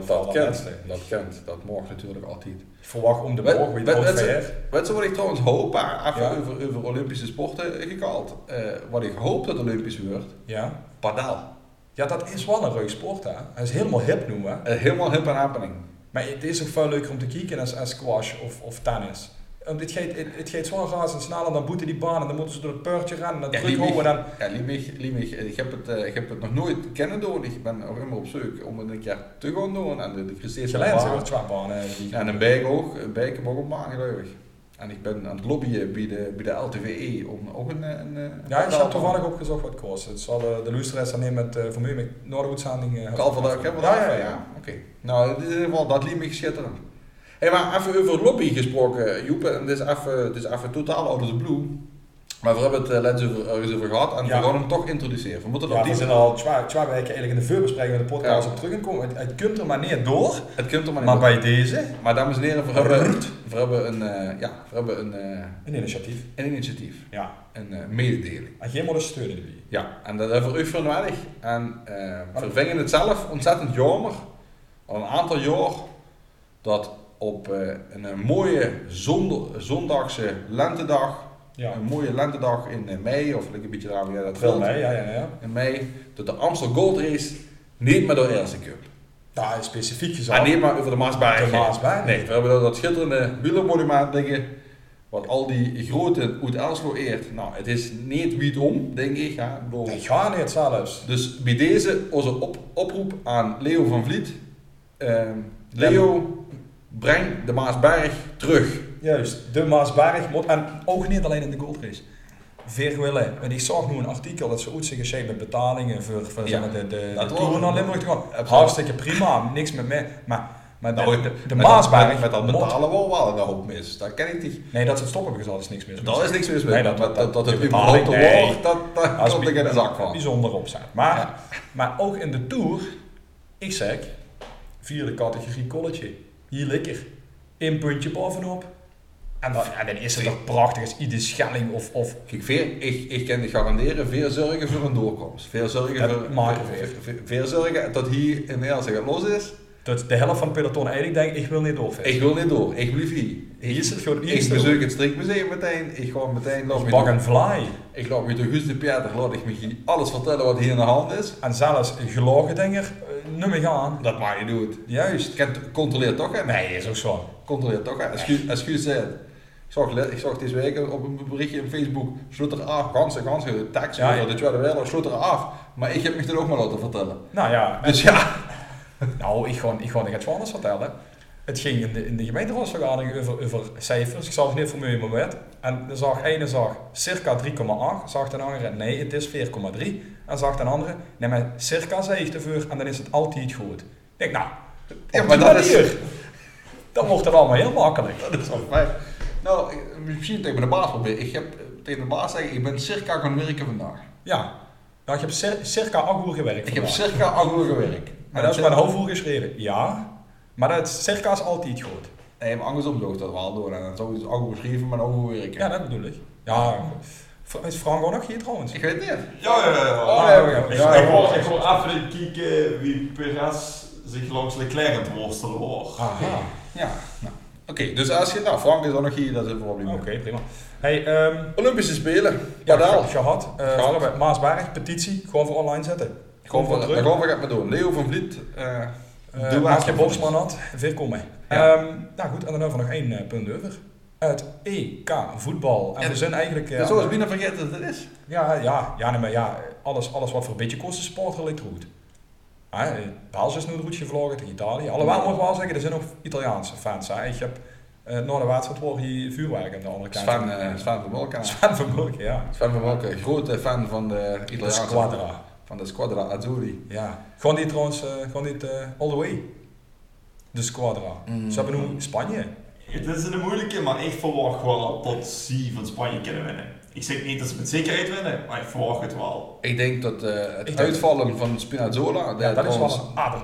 kent. Dat mag natuurlijk altijd. Ik verwacht om de boog weer het ver. Weet je wat ik trouwens hoop? Even over Olympische sporten gekald. Wat ik hoop dat Olympisch wordt, padel. Ja, dat is wel een leuk sport, hè. Hij is helemaal hip nu, hè. Helemaal hip en happening. Maar het is ook veel leuker om te kijken als squash of tennis. Het gaat zo razendsnel en dan boeten die baan en dan moeten ze door het peurtje rennen en dan druk houden. Ja, Liemig, ik heb het nog nooit kennen doen. Ik ben ook immer op zoek om het een keer te gaan doen. En de Christese baan. En een bijk ook, een bijk heb ik ook op baan gelukkig. En ik ben aan het lobbyen bij de LTVE om ook een ja, ik heb toevallig opgezocht wat het kost. Het zal de luisteraars dan nemen met voor mij met Noorderoedzending. Kalverdag, ja. Oké. Nou, in ieder geval, dat liep me schitterend. Hey, maar even over lobby gesproken, Joep. En het is even totaal out of the blue. Maar we hebben het laatst over gehad en we gaan hem toch introduceren. We zijn al 2 weken eigenlijk in de voorbespreking van de podcast op teruggekomen. Het komt er maar niet door. Maar bij deze. Maar dames en heren, we hebben een initiatief. Een initiatief. Ja. Een mededeling. En geen maar de steun erbij. Ja, en dat is voor u veel nodig. En we vinden het zelf ontzettend jammer. Al een aantal jaar dat op een mooie zondagse lentedag. Ja. Een mooie lentedag in mei, of een beetje daar weer dat wel mei, in mei, dat de Amstel Gold Race niet meer door Eerste Cup. Ja, specifiek gezegd. En niet maar over de Maasberg. Nee, we hebben dat schitterende wielermonument liggen, wat al die grote uit Elslo eert. Nou, het is niet wie het om, denk ik. Ja. Ik ga niet zelfs. Dus bij deze onze oproep aan Leo van Vliet. Leo, breng de Maasberg terug. Juist, de Maasberg moet, en ook niet alleen in de goldrace. Veer willen. En ik zag nu een artikel dat ze uit zich gezegd met betalingen voor de Tour naar Limburg te gaan. Hartstikke prima, niks met mij. Maar de Maasberg met dat betalen wel een hoop mis. Dat ken ik niet. Nee, dat ze het stoppen hebben gezegd is niks mis. Dat is niks mis met. Nee, dat het überhaupt wordt, dat komt ik in de zak van. Bijzonder opzet. Maar ook in de Tour, ik zeg, 4e categorie college. Hier lekker. 1 puntje bovenop. En dan is het toch prachtig als iedere Schelling of... Kijk, ik kan je garanderen, veel zorgen voor een doorkomst. Veel zorgen dat hier in Nederland los is. Dat de helft van het peloton eigenlijk denkt, ik wil niet doorvesten. Ik wil niet door, ik blijf hier. Ik bezoek het Strikmuseum meteen, ik ga meteen... Bak en fly. Ik laat me door Guus de Pieter, laat ik me alles vertellen wat hier in de hand is. En zelfs gelogen denger, nummer gaan. Dat mag je doen. Juist. Controleer toch, hè? Nee, is ook zo. Controleer toch, hè? Als Guus zei ik zag deze week op een berichtje in Facebook, sloot er af, ganse tekst over de Tweede Wereld, sloot er af. Maar ik heb me er ook maar laten vertellen. Nou ja. Dus ja. Nou, ik ga iets anders vertellen. Het ging in de gemeenteraadsvergadering over cijfers. Ik zag niet voor mij moment. En dan zag ene circa 3,8. Zag de andere, nee, het is 4,3. En zag de andere, nee, maar circa 7 voor en dan is het altijd goed. Ik denk, nou, maar dan wordt het allemaal heel makkelijk. Dat is wel fijn. Nou, misschien tegen de baas proberen. Ik heb tegen de baas zeggen, ik ben circa gaan werken vandaag. Ja. Nou, ik heb circa 8 uur gewerkt. Ik heb circa 8 uur gewerkt. Maar dat is maar een half uur geschreven. Ja. Maar dat circa is altijd goed. Nee, maar andersom loopt dat wel door. En dan zou je dus 8 uur geschreven, maar 8 uur werken. Ja, dat bedoel ik. Ja. Is Frank ook nog hier trouwens? Ik weet het niet. Ja. Ik wil even kijken wie Perez zich langs Leclerc aan het worstelen wordt. Aha. Ja, nou. Oké, dus als je, Frank is dan nog hier, dat is een probleem. Oké, prima. Hey, Olympische Spelen. Padel. Gehad. Maasberg, petitie, gewoon voor online zetten. Gewoon voor terug. Gewoon wat doen. Leo van Vliet. Maak je Bosman had, veel kom mee. Nou goed, en dan hebben we nog 1 punt over. Het EK voetbal. En we zijn eigenlijk... zo is bijna vergeten dat het is. Alles wat voor een beetje kost, sport ligt goed. Pels is nu goed gevlogen tegen Italië. Alhoewel moet ik wel zeggen, er zijn ook Italiaanse fans. Ik heb na de wedstrijd wordt hier vuurwerk aan de andere kant. Sven van Vulken. Sven van Vulken, ja. Sven van Vulken, grote fan van de Italiaanse... Squadra. Van de Squadra Azzurri. Ja. Gewoon die trouwens, all the way. De Squadra. Ze hebben nu Spanje. Het is een moeilijke, maar ik verwacht wel dat ze van Spanje kunnen winnen. Ik zeg niet dat ze met zekerheid winnen, maar ik verwacht het wel. Ik denk dat het uitvallen van Spinazzola... dat is wel een aderlating.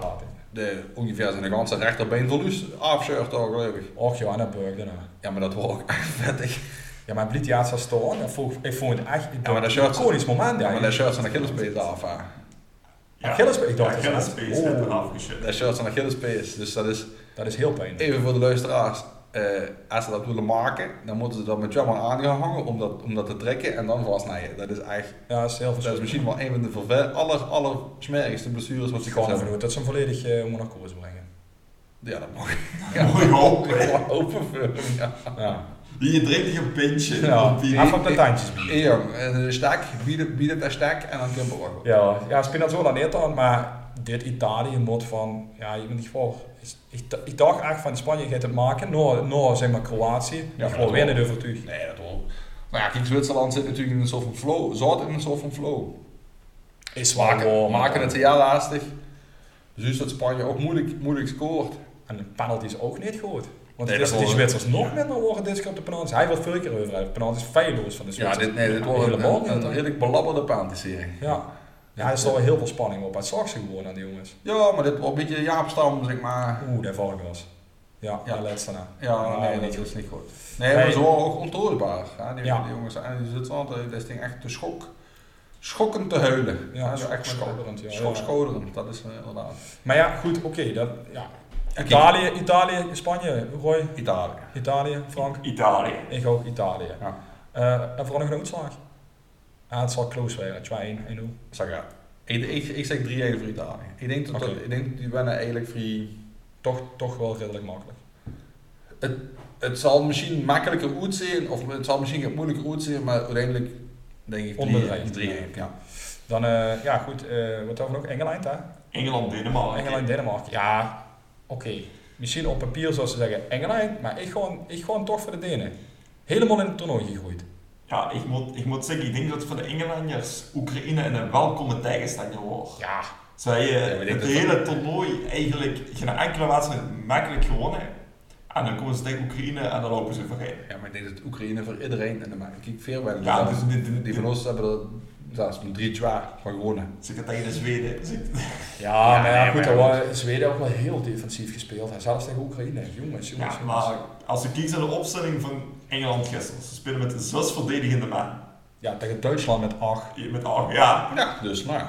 ongeveer zijn ganse rechterbeen verlies afscheurt al geloof ik. Och ja, en dat beuk daarna. Ja, maar dat was ook echt vettig. Ja, maar bliet die had staan. Ik vond het echt een iconisch moment. Ja, maar dat shirt zijn Achillespees af. Achillespees, ik dacht dat Achillespees werd eraf geschud. Dat shirt zijn Achillespees, dus dat is heel pijnlijk. even voor de luisteraars. Als ze dat willen maken, dan moeten ze dat met jammer aan gaan hangen om dat te trekken en dan vastnijden. Dat is echt, Ja, dat is heel dat is misschien wel een van de aller smerigste blessures wat ze Ik kan ga ervan hebben. uit dat ze hem volledig onder narcose brengen. Ja, dat mag. Mooi hopen. Ik ga open voor hem, ja. Ja. Je drinkt een pintje. Ja, want die- even de tandjes bieden. Hey jong, de stek, bied het een stek en dan kun je bewagen. Ja, Spinazzola niet aan, maar dit Italië moet van, ja, je bent niet voor. Ik dacht echt van Spanje gaat het maken, nou zeg maar Kroatië. Ja, Ik maar gewoon dat winnen wel. durven terug. Nee, dat wel. Maar ja, kijk, Zwitserland zit natuurlijk in een soort van flow, zat in een soort van flow. Is Maken het heel lastig. Dus dat Spanje ook moeilijk scoort. En de penalty is ook niet goed. Want Nee, het is dat die wel. Zwitsers nog minder worden dit keer op de penalties. Hij wil veel keer over. De penalty is feilloos van de Ja, Zwitsers. dit wordt helemaal niet. een redelijk belabberde penalty-serie. Ja. Ja, er is toch wel heel veel spanning op. Het zag ze gewoon aan die jongens. Ja, maar dit wordt een beetje Jaapstam, zeg maar. Daar val ik was. Ja, Ja. de laatste na. Ja, Ja, nee, niet dat is niet goed. Nee, Nee. maar ze waren ook ontroostbaar. Ja, die Ja. jongens en die Zwitserland, dat ding echt te schokkend te huilen. Ja, echt met schouderend. Ja. schokskoderend, dat is inderdaad. Maar ja, goed, oké. Dat, ja. Italië, Spanje, Roy, Italië. Frank. Italië. Ik ook Italië. Ja. En vooral nog een uitslag. Het zal close zijn, 2-1, 1-0. Zeg ja. Ik zeg 3-1 voor Italië. Ik denk dat Oké. die winnen eigenlijk vrij. Toch wel redelijk makkelijk. Het zal misschien makkelijker uitzien, of het zal misschien moeilijker uitzien, maar uiteindelijk denk ik 3-1. Ja. Dan, ja goed, wat hebben we nog? Engeland, hè? Engeland, Denemarken. Engeland, Denemarken. Ja, oké. Misschien op papier zoals ze zeggen Engeland, maar ik gewoon toch voor de Denen. Helemaal in het toernooi gegooid. Ja, ik moet zeggen, ik denk dat voor de Engelanders Oekraïne een welkome tegenstander wordt. Ja. Zij maar ik denk het dat hele toernooi eigenlijk geen enkele wedstrijd makkelijk gewonnen. En dan komen ze tegen Oekraïne en dan lopen ze voorheen. Ja, maar ik denk dat Oekraïne voor iedereen en de kijk veel bij Ja, die van ons hebben er zelfs een 3 van gewonnen. Ze gaan tegen de Zweden. Ja, maar ja, nee, goed, maar dan was Zweden ook wel heel defensief gespeeld. Zelfs tegen Oekraïne. Jongens. Ja, maar als je kijkt naar de opstelling van Engeland gisteren, ze spelen met 6 verdedigende man. Ja, tegen Duitsland met 8. Met 8, ja. Ja, dus maar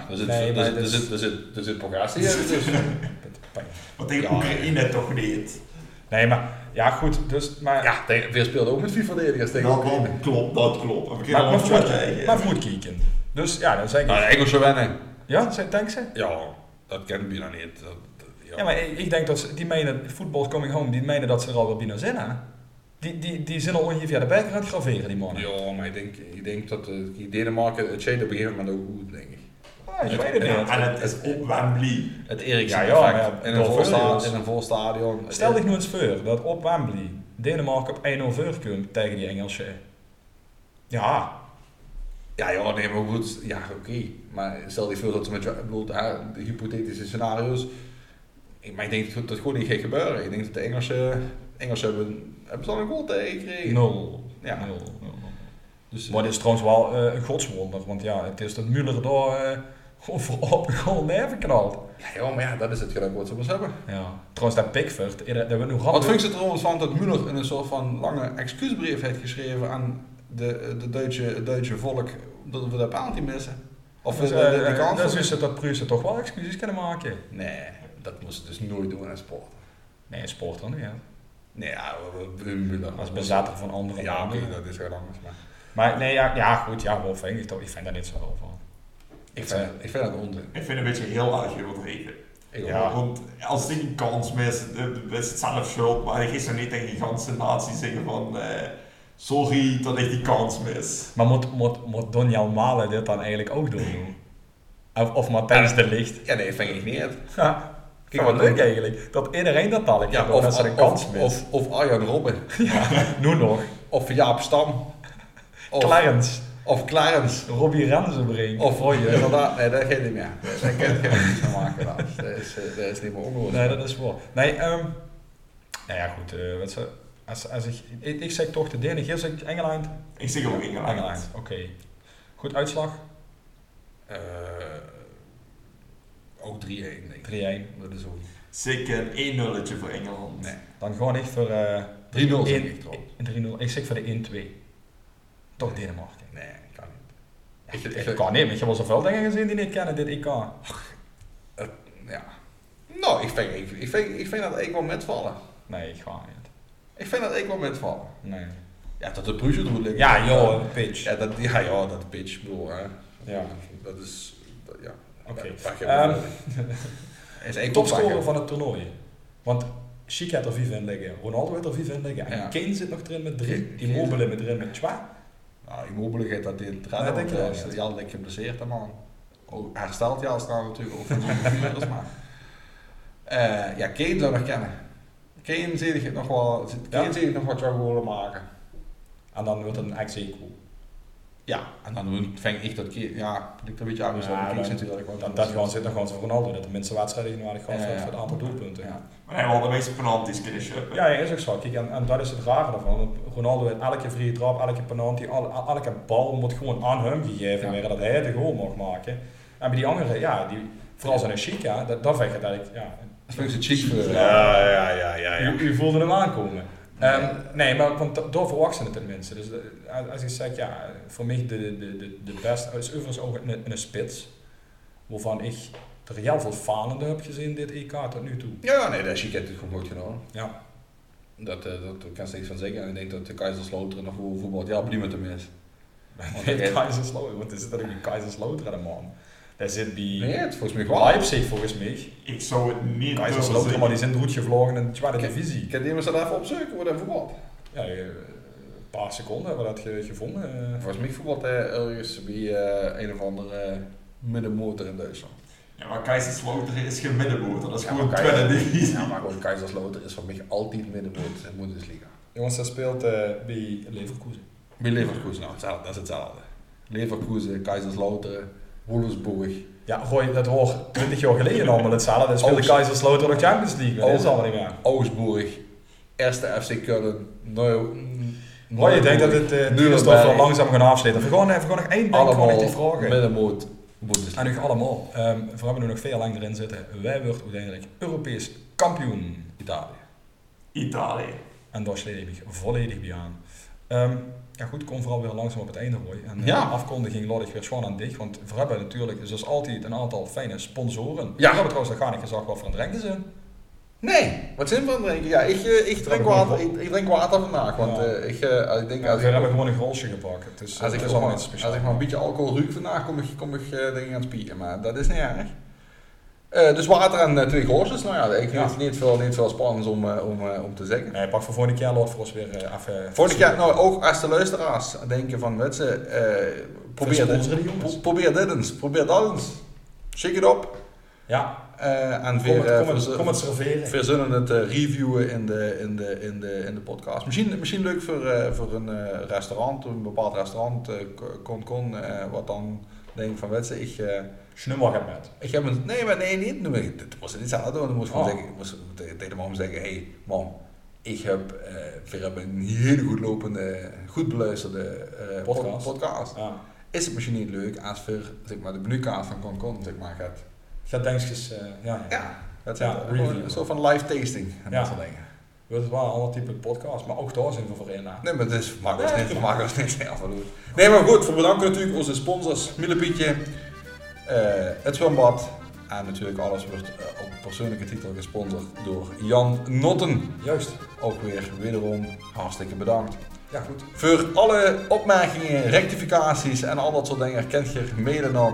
er zit progressie in. Dus. Maar tegen Ja, Oekraïne toch niet. Nee, maar ja, goed, dus maar Ja, veel speelden ook met 4 verdedigers tegen Oekraïne. Dat klopt. En we maar kunnen goed, krijgen. maar goed kijken. Dus ja, dan zeg ik. Nou, de Engelsen winnen. Ja, denk ze? Ja, dat kennen we nou niet. Ja, maar ik denk dat ze, die menen, Football Coming Home, die menen dat ze er al wel binnen zijn, hè? Die zijn al ongeveer de bijker aan het graveren, die mannen. Ja, maar ik denk dat Denemarken het shade op een gegeven moment ook goed, denk ik. Ik weet het niet. En het is op Wembley. Het Eriksen Ja, maar effect. ja, in een vol stadion. Stel dich nu eens voor dat op Wembley Denemarken op 1-0 voorkomt tegen die Engelsen. Ja. Ja, nee, maar goed. Ja, oké. Maar stel je voor dat ze met de hypothetische scenario's. Maar ik denk dat het gewoon niet gaat gebeuren. Ik denk dat de Engelsen hebben ze al een goal tegengekregen. 0. Ja. 0. Dus, Maar dit is trouwens wel een godswonder, want ja, het is dat Müller daar gewoon voorop een goal neergeknald. ja, maar ja, dat is het gelijk wat ze moest hebben. Ja. Trouwens, dat Pickford, dat we nog Wat vind je trouwens van dat Müller een soort van lange excuusbrief heeft geschreven aan het Duitse volk dat we dat penalty missen? Of Dus, de kans? dus is het dat Pruisen toch wel excuses kunnen maken? Nee, dat moest ze dus nooit doen in sport. Nee, sport dan niet, hè. Nee, ja, Müller. Als bezetter van andere Ja, oké, landen. dat is heel anders. Maar nee, ja goed, ja, wel vind ik vind daar niet zo over. Ik vind dat onzin. Ik vind het een beetje heel erg overdreven. Ja. Want als hij een kans mist, is het zelf schuld, maar hij gaat zo niet tegen een ganse natie zeggen van sorry dat ik die kans mis. Maar moet Donjel Malen dit dan eigenlijk ook doen? Of Matthijs de Ligt? Ja, nee, vind ik niet. Ja. Kijk, wat leuk eigenlijk. Dat iedereen dat al. Ja, dat ze een kans mist. of Arjan Robben. Nu nog. Of Jaap Stam. Clarence. Of Clarence. Robbie Rensenbrink. Of Roy, inderdaad. Nee, dat gaat niet meer. Daar kan ik geen iets van maken. Dat is niet meer ongewoon. Nee, dat is waar. Nee, nou ja goed. Als ik zeg toch de Denen, hier zeg ik Engeland. Ik zeg ook Engeland. Oké. Goed, uitslag? Ook 3-1, denk ik. 3-1. Dat is ook. Zeker een 1-0'tje voor Engeland. Nee. Dan gewoon echt voor 3-0 zeg ik trouwens. 3-0. Ik zeg voor de 1-2. Toch Denemarken. Nee, kan niet. Ik kan niet, want je hebt al zoveel dingen gezien die niet kennen, dit EK. Ja. Nou, ik vind dat ik wel metvallen. Nee, ik ga niet. Ik vind dat ik wel metvallen. Nee. Ja, dat de Bruce bedoel ik. Ja, joh, de pitch. Ja, dat de pitch, bedoel, hè. Ja. Dat is, ja. Oké. Is één Topscorer van het toernooi. Want Chic heeft er 5 in liggen, Ronaldo heeft er 5 in liggen en Ja. Kane zit nog erin met 3. Immobile met erin met 2. Nou, Immobile gaat dat in het redden, Dat denk want ik hij wel, is ja. al lekker geblesseerd, hè, man. Oh, herstelt ja, als het nou natuurlijk ook van zo'n virus, maar. Ja, Kane zou nog kennen. Kane zie ik nog wel, golen maken. En dan wordt het een ex-equal. Ja, en dan vang ik dat keer, ja, ligt er een beetje uit, Ja, Kings dan- natuurlijk. Dat gewoon zit nog gewoon zo Ronaldo, dat de minste wedstrijden genomen gehad voor het aantal doelpunten. Ja. Maar hij heeft wel de meeste penalties kunnen shoppen. Ja, is ook zo. Kijk, en dat is het rare ervan. Want Ronaldo heeft elke vrije trap, elke penalty, elke bal wordt gewoon aan hem gegeven, weer dat hij de goal mag maken. En bij die anderen, ja, vooral zijn Chic, ja, dat vind ik eigenlijk, ja. Dat vind ik zo chic voor. Ja. U voelde hem aankomen. Nee, maar want daar verwacht ze het tenminste. Dus als ik zeg, ja, voor mij de beste is overigens ook een spits, waarvan ik er heel veel falende heb gezien dit EK tot nu toe. Ja, nee, dat Chic heeft het gewoon goed gedaan. Ja. Dat kan ze niks van zeggen. En ik denk dat de Kaiserslautern nog voor voetbal ja, benieuwd met hem is. Nee, Kaiserslautern, want er zit er ook een Kaiserslautern aan de man. Daar zit bij Nee, het volgens mij wel. Leipzig volgens mij. Ik zou het niet durven Kaiserslautern, zeggen. maar die zijn roet gevlogen in de tweede divisie. Ik heb die eens even opzoeken hoe dat voetbal. Ja, een paar seconden hebben we dat gevonden. Volgens mij voetbalt hij ergens bij een of andere middenmotor in Duitsland. Ja, maar Kaiserslautern is geen middenmotor, dat is Ja, gewoon maar tweede divisie. Ja, maar gewoon Kaiserslautern is voor mij altijd middenmotor in de Bundesliga. Jongens, dat speelt bij Leverkusen. Bij Leverkusen, nou, dat is hetzelfde. Leverkusen, Kaiserslautern, Wolfsburg. Ja, gooi, dat hoort 20 jaar geleden allemaal hetzelfde. Dat speelde Kaiserslautern nog Champions League. Dat is allemaal niet meer. Augsburg, eerste FC Köln, Maar je denkt dat het duurstof wel langzaam gaan afsluiten. We gaan nog één ding gewoon echt die vragen. middenmoot Bundesliga. En nu allemaal. We hebben nu nog veel lang erin zitten. Wij worden uiteindelijk Europees kampioen. Italië. En daar sluit ik me volledig bij aan. Ja goed, kom vooral weer langzaam op het einde hoor. En Ja. de afkondiging laat ik weer gewoon aan dicht. Want we hebben natuurlijk zoals altijd een aantal fijne sponsoren. Ja. We hebben trouwens nog gar niet gezegd wat voor een drinken zijn. Nee, wat zijn we aan het drinken? Ja, ik drink water. Ik drink water vandaag, want Ja. ik denk Ja, als we ik hebben gewoon een grolsje gepakt. Dus als ik het is nog allemaal maar- niet speciaal. als ik maar een beetje alcohol ruik vandaag, kom ik dingen aan het spieren, maar dat is niet erg. Dus water en 2 grootjes, nou ja, ik heb niet veel spannends om te zeggen. Nee, pak voor volgende keer laat voor ons weer even... Vorige keer, nou ook als de luisteraars denken van, weet ze, probeer dit eens, probeer dat eens. Check het op. Ja, En kom het serveren. verzinnen het reviewen in de podcast. Misschien leuk voor een restaurant, een bepaald restaurant, wat dan denk van, weet ze, Schnummer gaat met. ik heb een, nee, niet. Dat was het niet zo. Dan moest ik gewoon zeggen, ik moest tegen de man zeggen, hey man, we hebben een hele goed lopende, goed beluisterde podcast. Ja. Is het misschien niet leuk als we zeg maar, de menukaart van Concon zeg maar, Gaat denkjes, ja, dat is Ja, het. review. Een soort van live tasting en Ja. dat soort dingen. we hebben wel een ander type podcast, maar ook daar zijn we voor in. Nee, maar het maakt ons niks af doen. Nee, maar goed, we bedanken natuurlijk onze sponsors, Millepietje, het zwembad en natuurlijk alles wordt op persoonlijke titel gesponsord door Jan Notten. Juist. Ook weer wederom hartstikke bedankt. Ja, goed. Voor alle opmerkingen, rectificaties en al dat soort dingen kent je mailen naar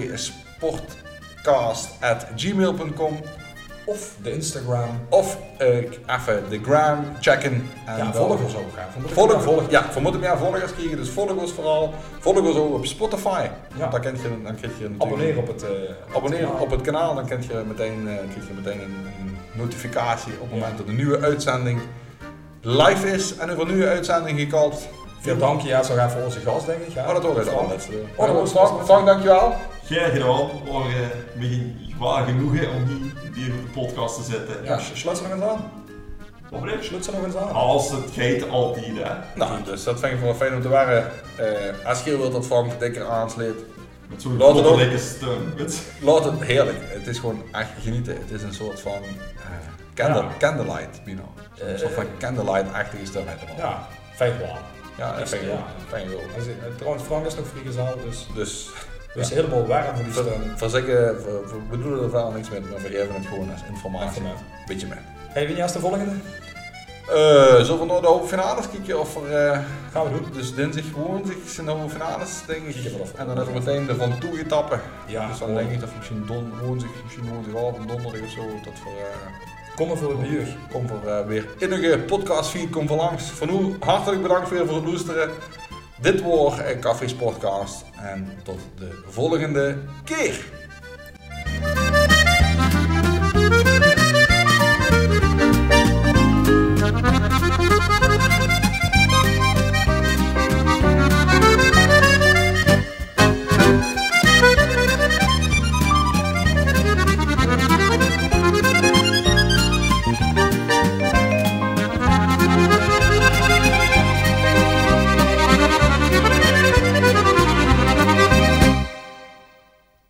cafesportcast@gmail.com Of de Instagram. of even de gram checken. En Ja, dan- volg ons ook. Volg. we moeten meer volgers krijgen, dus volg ons vooral. Volg ons ook op Spotify. Ja. Dan krijg je natuurlijk Abonneer op het abonneer op het kanaal, dan krijg je meteen een notificatie op het moment dat een nieuwe uitzending live is. En over een nieuwe uitzending gekald. Veel dank je, ja, zo even onze gast, denk ik. Ja. Oh, dat hoor ik Frank. al. Frank, Dankjewel. Graag gedaan, waar genoegen om hier op de podcast te zitten. Ja, sluit ze nog eens aan. Wat bedoel je? Sluit ze nog eens aan. Als het gaat, altijd hè. Nou, dus dat vind ik wel fijn om te waren. Als je wilt dat Frank dikker aansleet, Met zo'n Laat het ook. lekker steun. Laat het heerlijk. Het is gewoon echt genieten. Het is een soort van candlelight, you know. Een soort van candlelight-achtige stem. Ja, fijn warm. Ja, dat vind ik wel. Fijn ook. Trouwens, Frank is nog vrijgezel, dus Dus helemaal warm voor die stem. we doen er verder niks mee, maar we geven het gewoon als informatie. Even Een beetje mee. Hey, wie is de volgende? Zullen we naar de halve finales kijken? Of Gaan we doen. Dus dinsdag, woensdag zijn de halve finales, denk ik. Kijken we of- En dan is er meteen de van toe etappe. Ja, Dus dan denk ik dat misschien woensdagavond, donderdag of zo, dat kom maar voor het bier. kom voor weer innige podcastfeed, kom voor langs. Van nu hartelijk bedankt weer voor het luisteren. Dit was Cafés Podcast en tot de volgende keer.